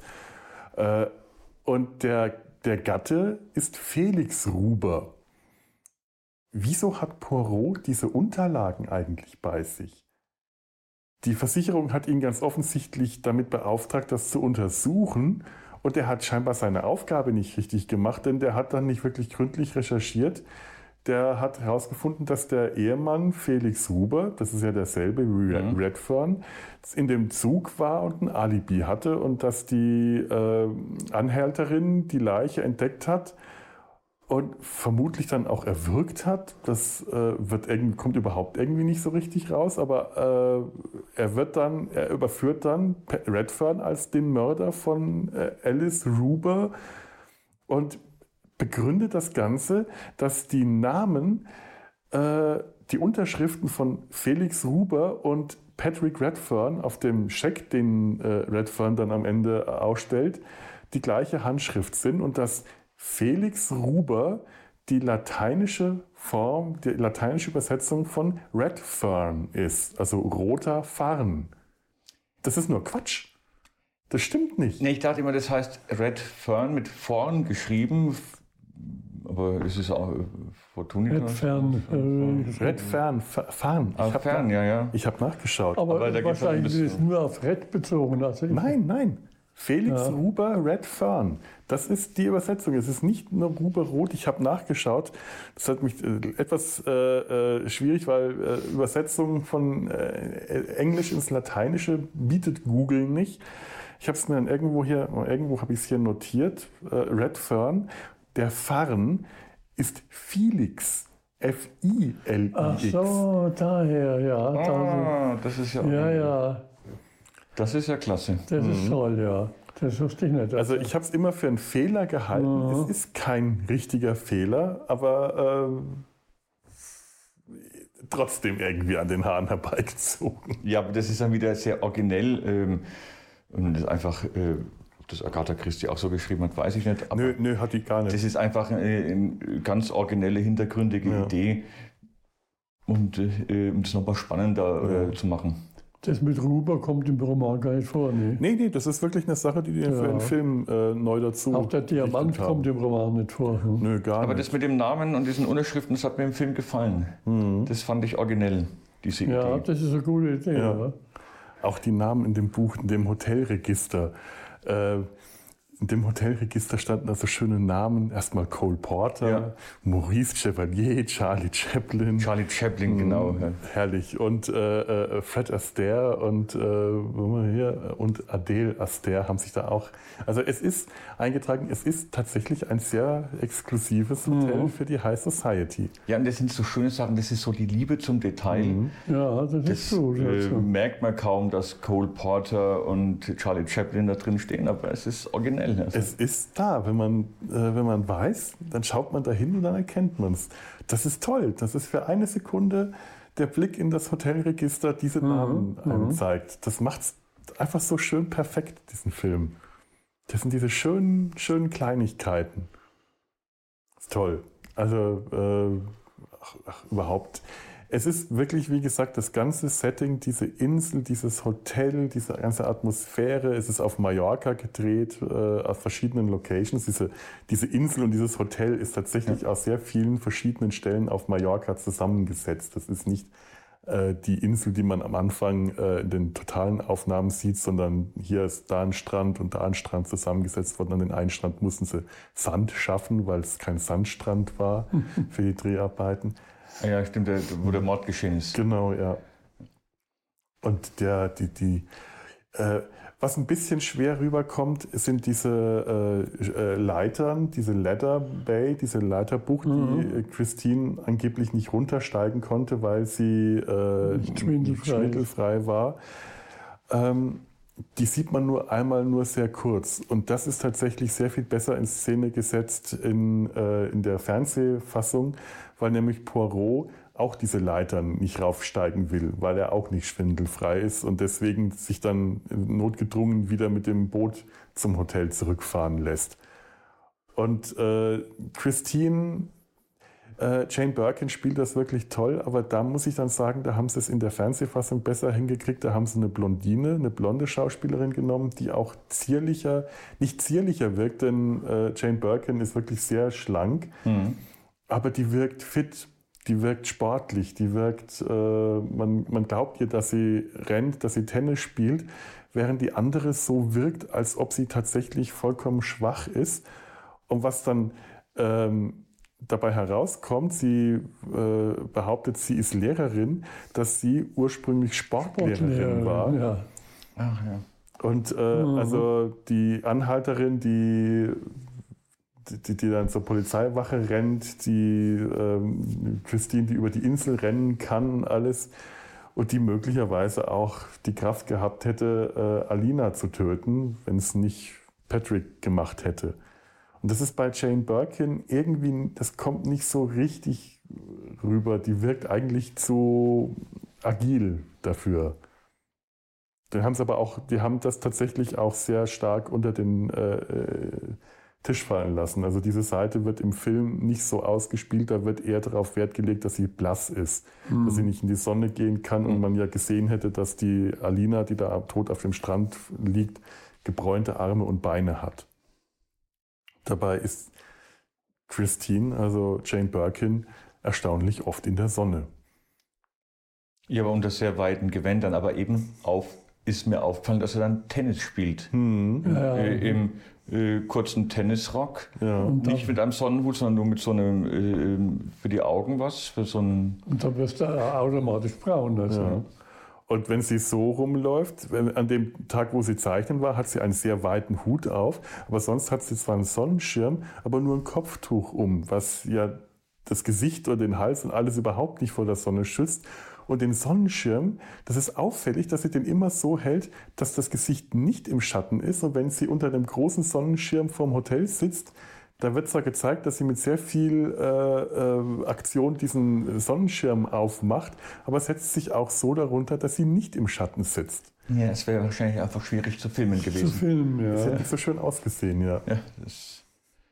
Und der Gatte ist Felix Ruber. Wieso hat Poirot diese Unterlagen eigentlich bei sich? Die Versicherung hat ihn ganz offensichtlich damit beauftragt, das zu untersuchen. Und er hat scheinbar seine Aufgabe nicht richtig gemacht, denn der hat dann nicht wirklich gründlich recherchiert. Der hat herausgefunden, dass der Ehemann Felix Ruber, das ist ja derselbe wie Redfern, in dem Zug war und ein Alibi hatte, und dass die Anhälterin die Leiche entdeckt hat und vermutlich dann auch erwürgt hat. Das kommt überhaupt irgendwie nicht so richtig raus, aber er überführt dann Redfern als den Mörder von Alice Ruber und begründet das Ganze, dass die Namen, die Unterschriften von Felix Ruber und Patrick Redfern auf dem Scheck, den Redfern dann am Ende ausstellt, die gleiche Handschrift sind, und dass Felix Ruber die lateinische Übersetzung von Redfern ist, also roter Farn. Das ist nur Quatsch. Das stimmt nicht. Nee, ich dachte immer, das heißt Red Fern mit vorn geschrieben, aber es ist auch Fortuny. Red Fern. Red Fern. Fern. Fern, ja. Ich habe nachgeschaut. Aber da wahrscheinlich ist es nur auf Red bezogen. Also Nein. Felix Ruber Red Fern. Das ist die Übersetzung. Es ist nicht nur Ruber Rot. Ich habe nachgeschaut. Das hat mich etwas schwierig, weil Übersetzung von Englisch ins Lateinische bietet Google nicht. Ich habe es mir dann irgendwo habe ich es hier notiert. Red Fern. Der Farn ist Felix. F-I-L-I-X. ach so, daher, ja. Das ist ja. Ja. Das ist ja klasse. Das ist toll, ja. Das wusste ich nicht. Also ich habe es immer für einen Fehler gehalten. Es ist kein richtiger Fehler, aber trotzdem irgendwie an den Haaren herbeigezogen. Ja, aber das ist dann wieder sehr originell. Und das einfach, ob das Agatha Christie auch so geschrieben hat, weiß ich nicht. Aber Nö, hat die gar nicht. das ist einfach eine ganz originelle, hintergründige Idee, um das nochmal spannender zu machen. Das mit Ruber kommt im Roman gar nicht vor. Nee, das ist wirklich eine Sache, die für den Film neu dazu. Auch der Diamant kommt im Roman nicht vor. Nö, gar Aber nicht. das mit dem Namen und diesen Unterschriften, das hat mir im Film gefallen. Das fand ich originell, diese Idee. Ja, das ist eine gute Idee. Ja. Auch die Namen in dem Buch, in dem Hotelregister. In dem Hotelregister standen da so schöne Namen. Erstmal Cole Porter, Maurice Chevalier, Charlie Chaplin. Charlie Chaplin, genau. Ja. Herrlich. Und Fred Astaire und Adele Astaire haben sich da auch. Also es ist eingetragen, es ist tatsächlich ein sehr exklusives Hotel für die High Society. Ja, und das sind so schöne Sachen, das ist so die Liebe zum Detail. Ja, das ist gut. Merkt man kaum, dass Cole Porter und Charlie Chaplin da drin stehen, aber es ist originell. Also. Es ist da, wenn man weiß, dann schaut man da hin und dann erkennt man es. Das ist toll. Das ist für eine Sekunde der Blick in das Hotelregister diese Namen einem zeigt. Das macht es einfach so schön perfekt, diesen Film. Das sind diese schönen Kleinigkeiten. Das ist toll. Also überhaupt. Es ist wirklich, wie gesagt, das ganze Setting, diese Insel, dieses Hotel, diese ganze Atmosphäre. Es ist auf Mallorca gedreht, aus verschiedenen Locations. Diese Insel und dieses Hotel ist tatsächlich aus sehr vielen verschiedenen Stellen auf Mallorca zusammengesetzt. Das ist nicht die Insel, die man am Anfang in den totalen Aufnahmen sieht, sondern hier ist da ein Strand und da ein Strand zusammengesetzt worden. An den einen Strand mussten sie Sand schaffen, weil es kein Sandstrand war für die Dreharbeiten. Ja, stimmt, wo der Mord geschehen ist. Genau, ja. Und was ein bisschen schwer rüberkommt, sind diese Leitern, diese Ladder Bay, diese Leiterbucht, die Christine angeblich nicht runtersteigen konnte, weil sie schwindelfrei war. Die sieht man nur einmal, nur sehr kurz. Und das ist tatsächlich sehr viel besser in Szene gesetzt in der Fernsehfassung, weil nämlich Poirot auch diese Leitern nicht raufsteigen will, weil er auch nicht schwindelfrei ist und deswegen sich dann notgedrungen wieder mit dem Boot zum Hotel zurückfahren lässt. Und Christine, Jane Birkin spielt das wirklich toll, aber da muss ich dann sagen, da haben sie es in der Fernsehfassung besser hingekriegt. Da haben sie eine blonde Schauspielerin genommen, die auch nicht zierlicher wirkt, denn Jane Birkin ist wirklich sehr schlank, aber die wirkt fit, die wirkt sportlich, die wirkt, man glaubt ihr, dass sie rennt, dass sie Tennis spielt, während die andere so wirkt, als ob sie tatsächlich vollkommen schwach ist. Und was dann dabei herauskommt, sie behauptet, sie ist Lehrerin, dass sie ursprünglich Sportlehrerin war. Ja. Ach ja. Und also die Anhalterin, die dann zur Polizeiwache rennt, die Christine, die über die Insel rennen kann und alles, und die möglicherweise auch die Kraft gehabt hätte, Alina zu töten, wenn es nicht Patrick gemacht hätte. Und das ist bei Jane Birkin irgendwie, das kommt nicht so richtig rüber. Die wirkt eigentlich zu agil dafür. Die haben das tatsächlich auch sehr stark unter den Tisch fallen lassen. Also diese Seite wird im Film nicht so ausgespielt, da wird eher darauf Wert gelegt, dass sie blass ist, dass sie nicht in die Sonne gehen kann und man ja gesehen hätte, dass die Alina, die da tot auf dem Strand liegt, gebräunte Arme und Beine hat. Dabei ist Christine, also Jane Birkin, erstaunlich oft in der Sonne. Ja, aber unter sehr weiten Gewändern. Aber eben ist mir aufgefallen, dass er dann Tennis spielt. Im kurzen Tennisrock. Ja. Nicht mit einem Sonnenhut, sondern nur mit so einem, für die Augen was. Für so einen und dann wirst du automatisch braun. Also. Ja. Und wenn sie so rumläuft, an dem Tag, wo sie zeichnen war, hat sie einen sehr weiten Hut auf. Aber sonst hat sie zwar einen Sonnenschirm, aber nur ein Kopftuch um, was ja das Gesicht oder den Hals und alles überhaupt nicht vor der Sonne schützt. Und den Sonnenschirm, das ist auffällig, dass sie den immer so hält, dass das Gesicht nicht im Schatten ist. Und wenn sie unter dem großen Sonnenschirm vorm Hotel sitzt, da wird zwar gezeigt, dass sie mit sehr viel Aktion diesen Sonnenschirm aufmacht, aber es setzt sich auch so darunter, dass sie nicht im Schatten sitzt. Ja, es wäre wahrscheinlich einfach schwierig zu filmen gewesen. Zu filmen, ja. Das hätte nicht so schön ausgesehen, ja. Das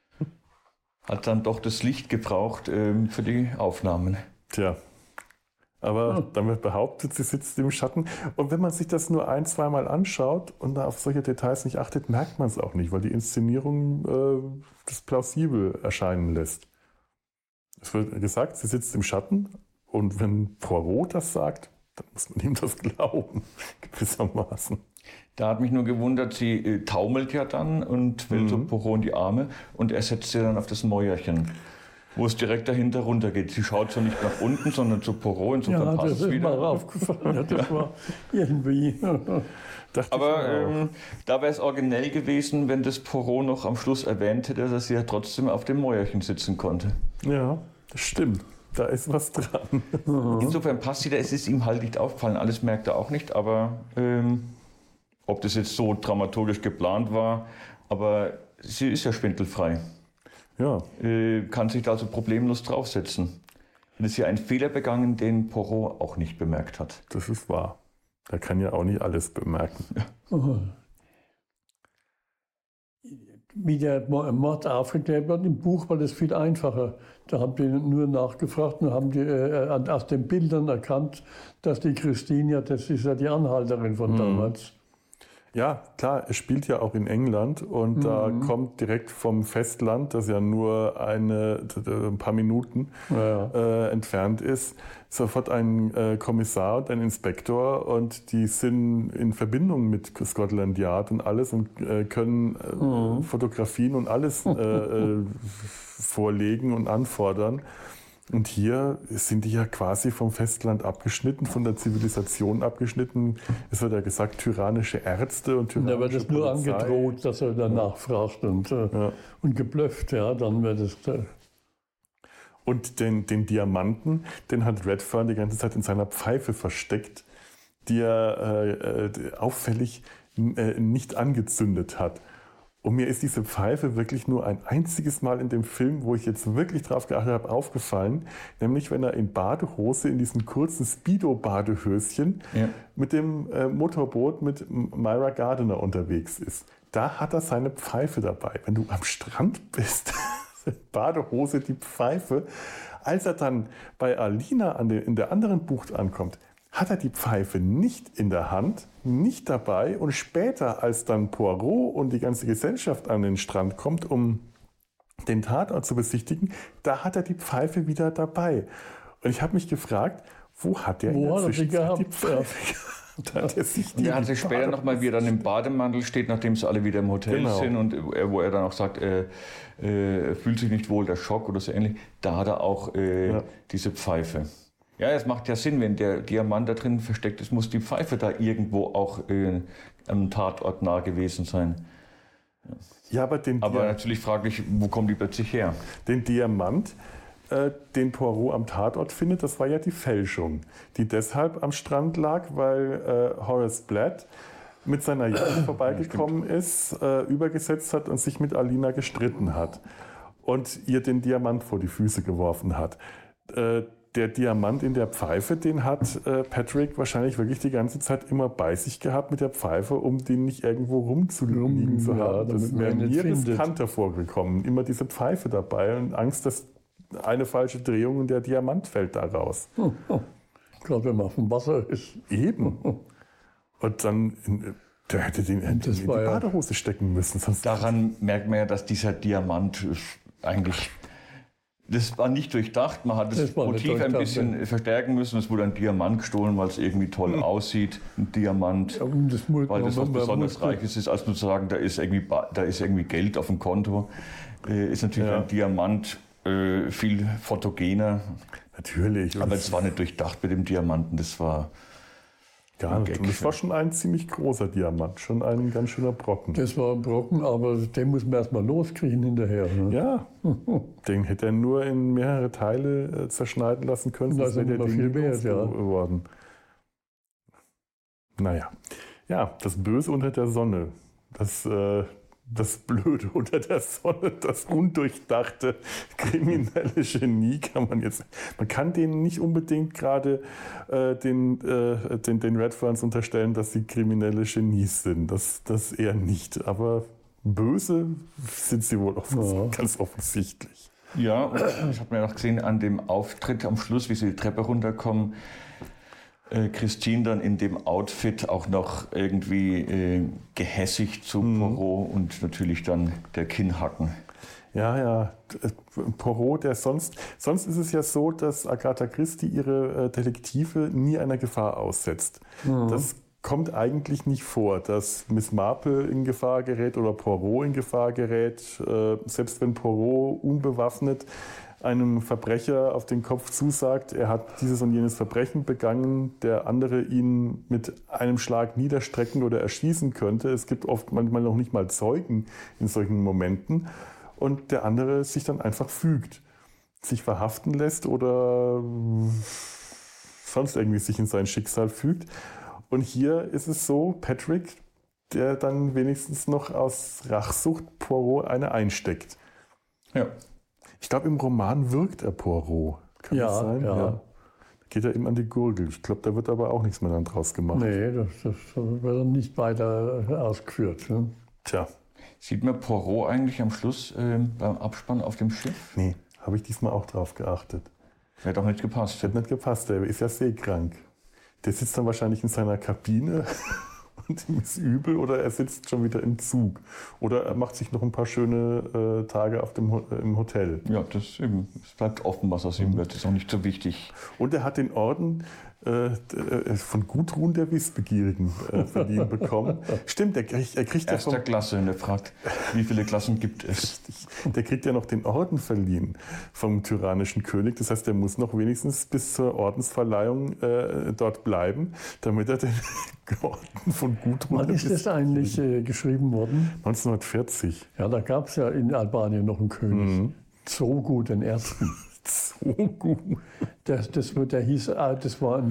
hat dann doch das Licht gebraucht für die Aufnahmen. Tja. Aber dann wird behauptet, sie sitzt im Schatten. Und wenn man sich das nur ein-, zweimal anschaut und da auf solche Details nicht achtet, merkt man es auch nicht, weil die Inszenierung das plausibel erscheinen lässt. Es wird gesagt, sie sitzt im Schatten und wenn Poirot das sagt, dann muss man ihm das glauben, gewissermaßen. Da hat mich nur gewundert, sie taumelt ja dann und fällt so Poirot in die Arme und er setzt sie dann auf das Mäuerchen, wo es direkt dahinter runtergeht. Sie schaut so nicht nach unten, sondern zu Poirot. Insofern passt es wieder. Das ist mir aufgefallen. Ja, das war irgendwie. Aber da wäre es originell gewesen, wenn das Poirot noch am Schluss erwähnt hätte, dass sie ja trotzdem auf dem Mäuerchen sitzen konnte. Ja, das stimmt. Da ist was dran. Insofern passt sie da. Es ist ihm halt nicht aufgefallen. Alles merkt er auch nicht. Aber ob das jetzt so dramaturgisch geplant war, aber sie ist ja schwindelfrei. Ja. Kann sich da also problemlos draufsetzen. Und es ist ja ein Fehler begangen, den Poirot auch nicht bemerkt hat. Das ist wahr. Er kann ja auch nicht alles bemerken. Ja. Wie der Mord aufgeklärt wird, im Buch war das viel einfacher. Da haben die nur nachgefragt und haben die aus den Bildern erkannt, dass die Christine, ja, das ist ja die Anhalterin von damals. Ja, klar, es spielt ja auch in England und da kommt direkt vom Festland, das ja nur ein paar Minuten entfernt ist, sofort ein Kommissar und ein Inspektor und die sind in Verbindung mit Scotland Yard und alles und können Fotografien und alles vorlegen und anfordern. Und hier sind die ja quasi vom Festland abgeschnitten, von der Zivilisation abgeschnitten. Es wird ja gesagt, tyrannische Ärzte und tyrannische Polizei. Da wird es nur angedroht, dass er danach fragt und geblufft, ja, dann wird es... Und den Diamanten, den hat Redfern die ganze Zeit in seiner Pfeife versteckt, die er auffällig nicht angezündet hat. Und mir ist diese Pfeife wirklich nur ein einziges Mal in dem Film, wo ich jetzt wirklich drauf geachtet habe, aufgefallen. Nämlich, wenn er in Badehose, in diesem kurzen Speedo-Badehöschen mit dem Motorboot mit Myra Gardner unterwegs ist. Da hat er seine Pfeife dabei. Wenn du am Strand bist, Badehose, die Pfeife. Als er dann bei Alina in der anderen Bucht ankommt, hat er die Pfeife nicht in der Hand, nicht dabei und später, als dann Poirot und die ganze Gesellschaft an den Strand kommt, um den Tatort zu besichtigen, da hat er die Pfeife wieder dabei. Und ich habe mich gefragt, wo hat er in der Zwischenzeit die Pfeife gehabt? Er hat sich später nochmal, wie er dann im Bademantel steht, nachdem sie alle wieder im Hotel sind und wo er dann auch sagt, er fühlt sich nicht wohl, der Schock oder so ähnlich, da hat er auch diese Pfeife. Ja, es macht ja Sinn, wenn der Diamant da drin versteckt ist, muss die Pfeife da irgendwo auch am Tatort nah gewesen sein. Ja, aber natürlich fraglich, wo kommen die plötzlich her? Den Diamant, den Poirot am Tatort findet, das war ja die Fälschung, die deshalb am Strand lag, weil Horace Blatt mit seiner Yacht vorbeigekommen ist, übergesetzt hat und sich mit Alina gestritten hat und ihr den Diamant vor die Füße geworfen hat. Der Diamant in der Pfeife, den hat Patrick wahrscheinlich wirklich die ganze Zeit immer bei sich gehabt mit der Pfeife, um den nicht irgendwo rumzuliegen zu haben. Das wäre mir riskanter vorgekommen. Immer diese Pfeife dabei und Angst, dass eine falsche Drehung und der Diamant fällt da raus. Gerade wenn man auf dem Wasser ist. Eben. Und dann Der hätte den in die Badehose stecken müssen. Sonst daran merkt man ja, dass dieser Diamant eigentlich... Das war nicht durchdacht, man hat das Motiv ein bisschen verstärken müssen. Es wurde ein Diamant gestohlen, weil es irgendwie toll aussieht, ein Diamant, weil das was besonders Reiches ist, als nur zu sagen, da ist irgendwie Geld auf dem Konto. Ist natürlich ein Diamant viel fotogener. Natürlich. Aber es war nicht durchdacht mit dem Diamanten, das war... Gar nicht. Und das war schon ein ziemlich großer Diamant, schon ein ganz schöner Brocken. Das war ein Brocken, aber den muss man erstmal loskriegen hinterher. Ne? Ja, den hätte er nur in mehrere Teile zerschneiden lassen können. Das wäre noch viel wert, geworden. Naja, ja, das Böse unter der Sonne, das Blöde unter der Sonne, das undurchdachte kriminelle Genie man kann denen nicht unbedingt gerade den Red Ferns unterstellen, dass sie kriminelle Genies sind. Das eher nicht. Aber böse sind sie wohl ganz offensichtlich. Ja, ich habe mir noch gesehen an dem Auftritt am Schluss, wie sie die Treppe runterkommen, Christine dann in dem Outfit auch noch irgendwie gehässigt zu Poirot und natürlich dann der Kinnhaken. Ja, Poirot, sonst ist es ja so, dass Agatha Christie ihre Detektive nie einer Gefahr aussetzt. Das kommt eigentlich nicht vor, dass Miss Marple in Gefahr gerät oder Poirot in Gefahr gerät. Selbst wenn Poirot unbewaffnet einem Verbrecher auf den Kopf zusagt, er hat dieses und jenes Verbrechen begangen, der andere ihn mit einem Schlag niederstrecken oder erschießen könnte. Es gibt oft manchmal noch nicht mal Zeugen in solchen Momenten. Und der andere sich dann einfach fügt, sich verhaften lässt oder sonst irgendwie sich in sein Schicksal fügt. Und hier ist es so, Patrick, der dann wenigstens noch aus Rachsucht Poirot eine einsteckt. Ja. Ich glaube, im Roman wirkt er Poirot. Kann das sein? Ja. Da geht er ihm an die Gurgel. Ich glaube, da wird aber auch nichts mehr dann draus gemacht. Nee, das wird nicht weiter ausgeführt. Ne? Tja. Sieht man Poirot eigentlich am Schluss beim Abspann auf dem Schiff? Nee, habe ich diesmal auch drauf geachtet. Hätte auch nicht gepasst. Hätte nicht gepasst, der ist ja seekrank. Der sitzt dann wahrscheinlich in seiner Kabine und ihm ist übel oder er sitzt schon wieder im Zug. Oder er macht sich noch ein paar schöne Tage im Hotel. Ja, das eben. Es bleibt offen, was aus ihm wird. Das ist auch nicht so wichtig. Und er hat den Orden von Gudrun der Wissbegierigen verliehen bekommen. Stimmt, er kriegt Erster Klasse, und er fragt, wie viele Klassen gibt es? Der kriegt ja noch den Orden verliehen vom tyrannischen König. Das heißt, er muss noch wenigstens bis zur Ordensverleihung dort bleiben, damit er den Orden von Gudrun... Wann ist das eigentlich geschrieben worden? 1940. Ja, da gab es ja in Albanien noch einen König. Zogu den Ersten. Zogu. Das war ein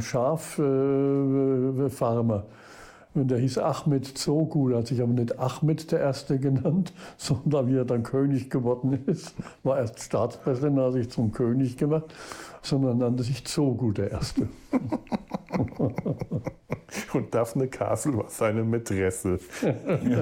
Schaffarmer. Und der hieß Ahmed Zogu. Der hat sich aber nicht Ahmed der Erste genannt, sondern wie er dann König geworden ist, war erst Staatspräsident, hat sich zum König gemacht, sondern nannte sich Zogu der Erste. Und Daphne Castle war seine Mätresse. Ja.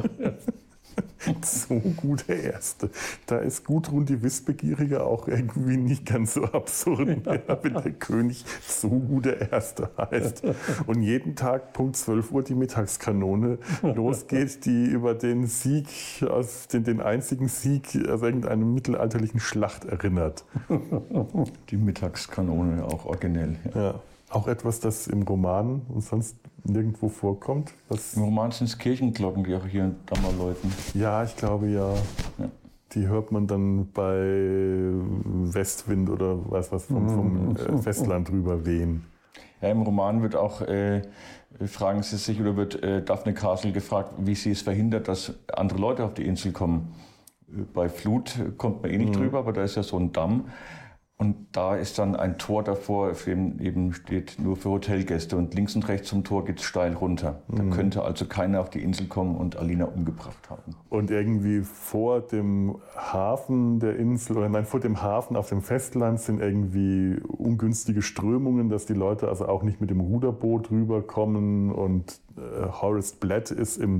Zogu der Erste. Da ist Gudrun die Wissbegierige auch irgendwie nicht ganz so absurd, wenn der König Zogu der Erste heißt. Und jeden Tag Punkt 12 Uhr die Mittagskanone losgeht, die über den Sieg, den einzigen Sieg aus irgendeiner mittelalterlichen Schlacht erinnert. Die Mittagskanone, auch originell. Ja. Auch etwas, das im Roman und sonst nirgendwo vorkommt. Im Roman sind es Kirchenglocken, die auch hier und da mal läuten. Ja, ich glaube ja. Die hört man dann bei Westwind oder was vom Festland rüber wehen. Ja, im Roman wird auch, fragen Sie sich, oder wird Daphne Castle gefragt, wie sie es verhindert, dass andere Leute auf die Insel kommen. Bei Flut kommt man eh nicht drüber, aber da ist ja so ein Damm. Und da ist dann ein Tor davor, auf dem eben steht nur für Hotelgäste. Und links und rechts zum Tor geht es steil runter. Da könnte also keiner auf die Insel kommen und Alina umgebracht haben. Und irgendwie vor dem Hafen der Insel, vor dem Hafen auf dem Festland sind irgendwie ungünstige Strömungen, dass die Leute also auch nicht mit dem Ruderboot rüberkommen. Und Horace Blatt ist im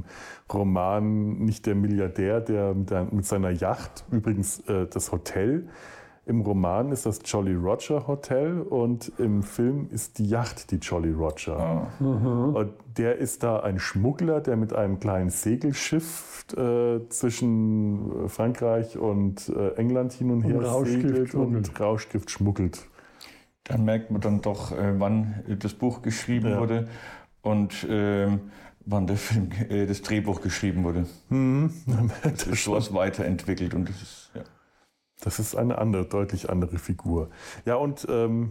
Roman nicht der Milliardär, der mit seiner Yacht, übrigens das Hotel, Im Roman ist das Jolly Roger Hotel und im Film ist die Yacht die Jolly Roger. Und der ist da ein Schmuggler, der mit einem kleinen Segelschiff zwischen Frankreich und England hin und her segelt und Rauschgift schmuggelt. Da merkt man dann doch, wann das Buch geschrieben wurde und wann das Drehbuch geschrieben wurde. Das ist sowas weiterentwickelt und das ist, Das ist eine deutlich andere Figur. Ja, und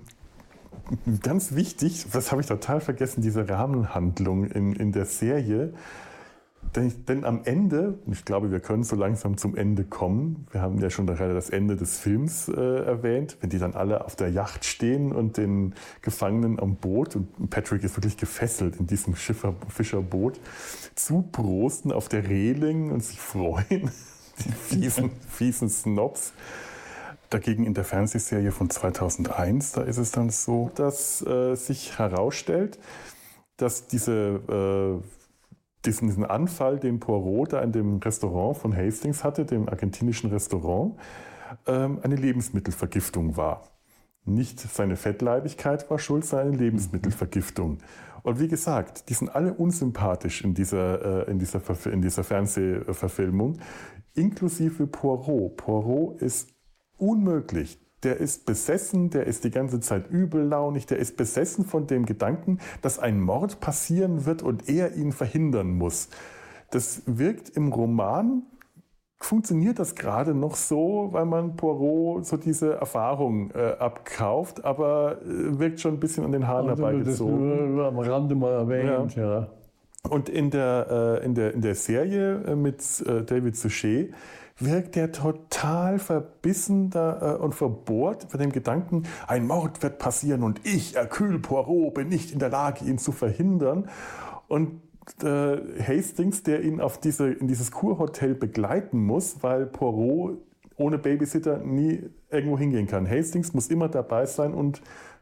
ganz wichtig, das habe ich total vergessen, diese Rahmenhandlung in der Serie. Denn am Ende, ich glaube, wir können so langsam zum Ende kommen, wir haben ja schon gerade das Ende des Films erwähnt, wenn die dann alle auf der Yacht stehen und den Gefangenen am Boot, und Patrick ist wirklich gefesselt in diesem Fischerboot, zuprosten auf der Reling und sich freuen, die fiesen Snobs. Dagegen in der Fernsehserie von 2001, da ist es dann so, dass sich herausstellt, dass diesen Anfall, den Poirot da in dem Restaurant von Hastings hatte, dem argentinischen Restaurant, eine Lebensmittelvergiftung war. Nicht seine Fettleibigkeit war schuld, sondern eine Lebensmittelvergiftung. Und wie gesagt, die sind alle unsympathisch in dieser Fernsehverfilmung, inklusive Poirot. Poirot ist unmöglich. Der ist besessen, der ist die ganze Zeit übellaunig, der ist besessen von dem Gedanken, dass ein Mord passieren wird und er ihn verhindern muss. Das wirkt im Roman, funktioniert das gerade noch so, weil man Poirot so diese Erfahrung abkauft, aber wirkt schon ein bisschen an den Haaren herbeigezogen. Am Rande mal erwähnt, ja. Und in der Serie mit David Suchet wirkt der total verbissen und verbohrt von dem Gedanken, ein Mord wird passieren und ich, Hercule Poirot, bin nicht in der Lage, ihn zu verhindern. Und Hastings, der ihn in dieses Kurhotel begleiten muss, weil Poirot ohne Babysitter nie irgendwo hingehen kann. Hastings muss immer dabei sein und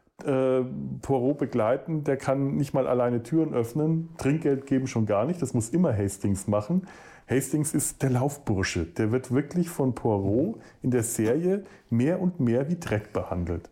Poirot begleiten. Der kann nicht mal alleine Türen öffnen, Trinkgeld geben schon gar nicht, das muss immer Hastings machen. Hastings ist der Laufbursche. Der wird wirklich von Poirot in der Serie mehr und mehr wie Dreck behandelt.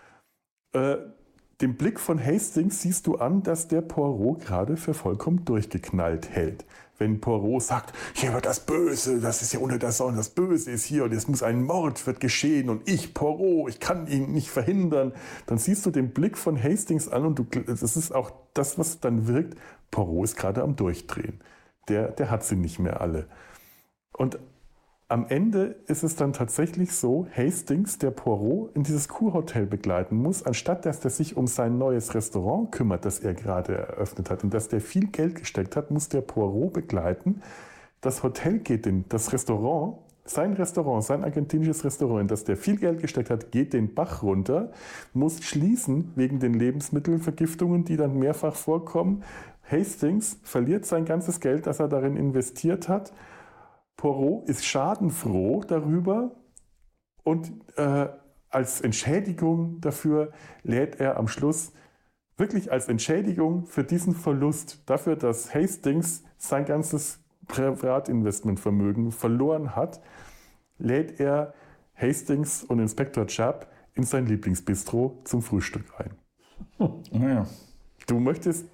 Dem Blick von Hastings siehst du an, dass der Poirot gerade für vollkommen durchgeknallt hält. Wenn Poirot sagt, hier wird das Böse, das ist ja unter der Sonne, das Böse ist hier und es muss ein Mord wird geschehen und ich, Poirot, ich kann ihn nicht verhindern, dann siehst du den Blick von Hastings an und das ist auch das, was dann wirkt, Poirot ist gerade am Durchdrehen. Der hat sie nicht mehr alle. Und am Ende ist es dann tatsächlich so, Hastings, der Poirot in dieses Kurhotel begleiten muss, anstatt dass der sich um sein neues Restaurant kümmert, das er gerade eröffnet hat und dass der viel Geld gesteckt hat, muss der Poirot begleiten. Das Hotel sein argentinisches Restaurant, in das der viel Geld gesteckt hat, geht den Bach runter, muss schließen wegen den Lebensmittelvergiftungen, die dann mehrfach vorkommen. Hastings verliert sein ganzes Geld, das er darin investiert hat. Poirot ist schadenfroh darüber und als Entschädigung dafür lädt er am Schluss, wirklich als Entschädigung für diesen Verlust, dafür, dass Hastings sein ganzes Privatinvestmentvermögen verloren hat, lädt er Hastings und Inspektor Jupp in sein Lieblingsbistro zum Frühstück ein. Ja. Du möchtest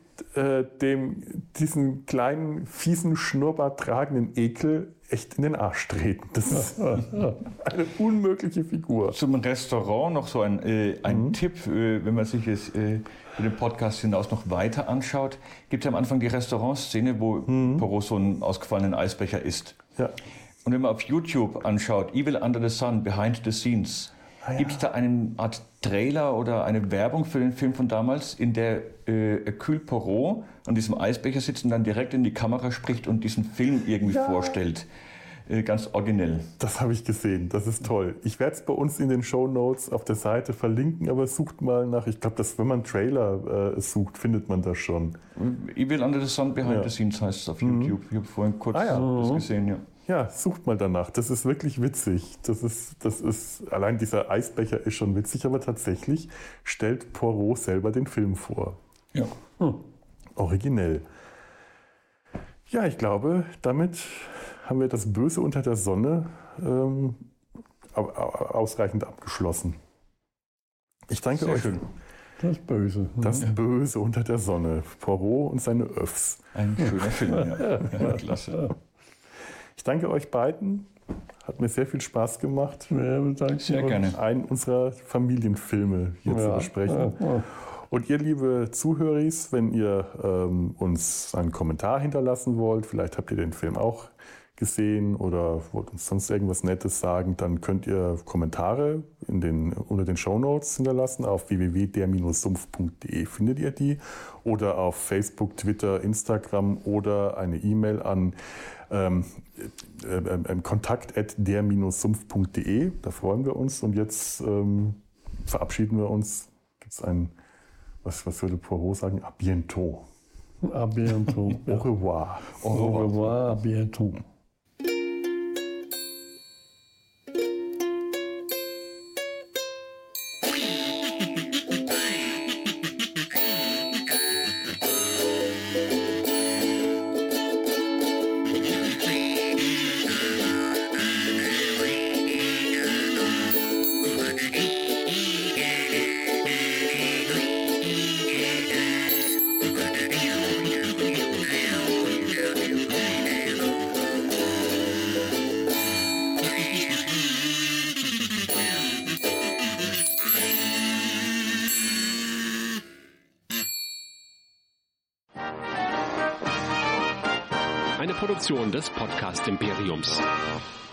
diesen kleinen, fiesen, Schnurrbart tragenden Ekel echt in den Arsch treten. Das ist eine unmögliche Figur. Zum Restaurant noch so ein Tipp, wenn man sich es über den Podcast hinaus noch weiter anschaut, gibt es am Anfang die Restaurantszene, wo Poirot so einen ausgefallenen Eisbecher isst. Ja. Und wenn man auf YouTube anschaut, Evil Under the Sun, Behind the Scenes, gibt es da eine Art Trailer oder eine Werbung für den Film von damals, in der Hercule Poirot an diesem Eisbecher sitzt und dann direkt in die Kamera spricht und diesen Film irgendwie vorstellt. Ganz originell. Das habe ich gesehen, das ist toll. Ich werde es bei uns in den Shownotes auf der Seite verlinken, aber sucht mal nach, ich glaube, wenn man Trailer sucht, findet man das schon. Evil Under the Sun, Behind the Scenes heißt es auf YouTube. Ich habe vorhin kurz das gesehen, ja. Ja, sucht mal danach. Das ist wirklich witzig. Allein dieser Eisbecher ist schon witzig, aber tatsächlich stellt Poirot selber den Film vor. Ja. Originell. Ja, ich glaube, damit haben wir das Böse unter der Sonne ausreichend abgeschlossen. Ich danke euch. Schön. Das Böse. Das Böse unter der Sonne. Poirot und seine Öffs. Ein schöner Film, ja. Klasse. Ich danke euch beiden. Hat mir sehr viel Spaß gemacht. Ja, danke. Sehr gerne. Einen unserer Familienfilme hier zu besprechen. Ja. Und ihr, liebe Zuhörer, wenn ihr uns einen Kommentar hinterlassen wollt, vielleicht habt ihr den Film auch gesehen oder wollt uns sonst irgendwas Nettes sagen, dann könnt ihr Kommentare unter den Shownotes hinterlassen. Auf www.der-sumpf.de findet ihr die. Oder auf Facebook, Twitter, Instagram oder eine E-Mail an kontakt@der-sumpf.de. Da freuen wir uns. Und jetzt verabschieden wir uns. Gibt es was würde Poirot sagen? À bientôt. À bientôt. Au revoir. Au revoir, à bientôt. Eine Produktion des Podcast Imperiums.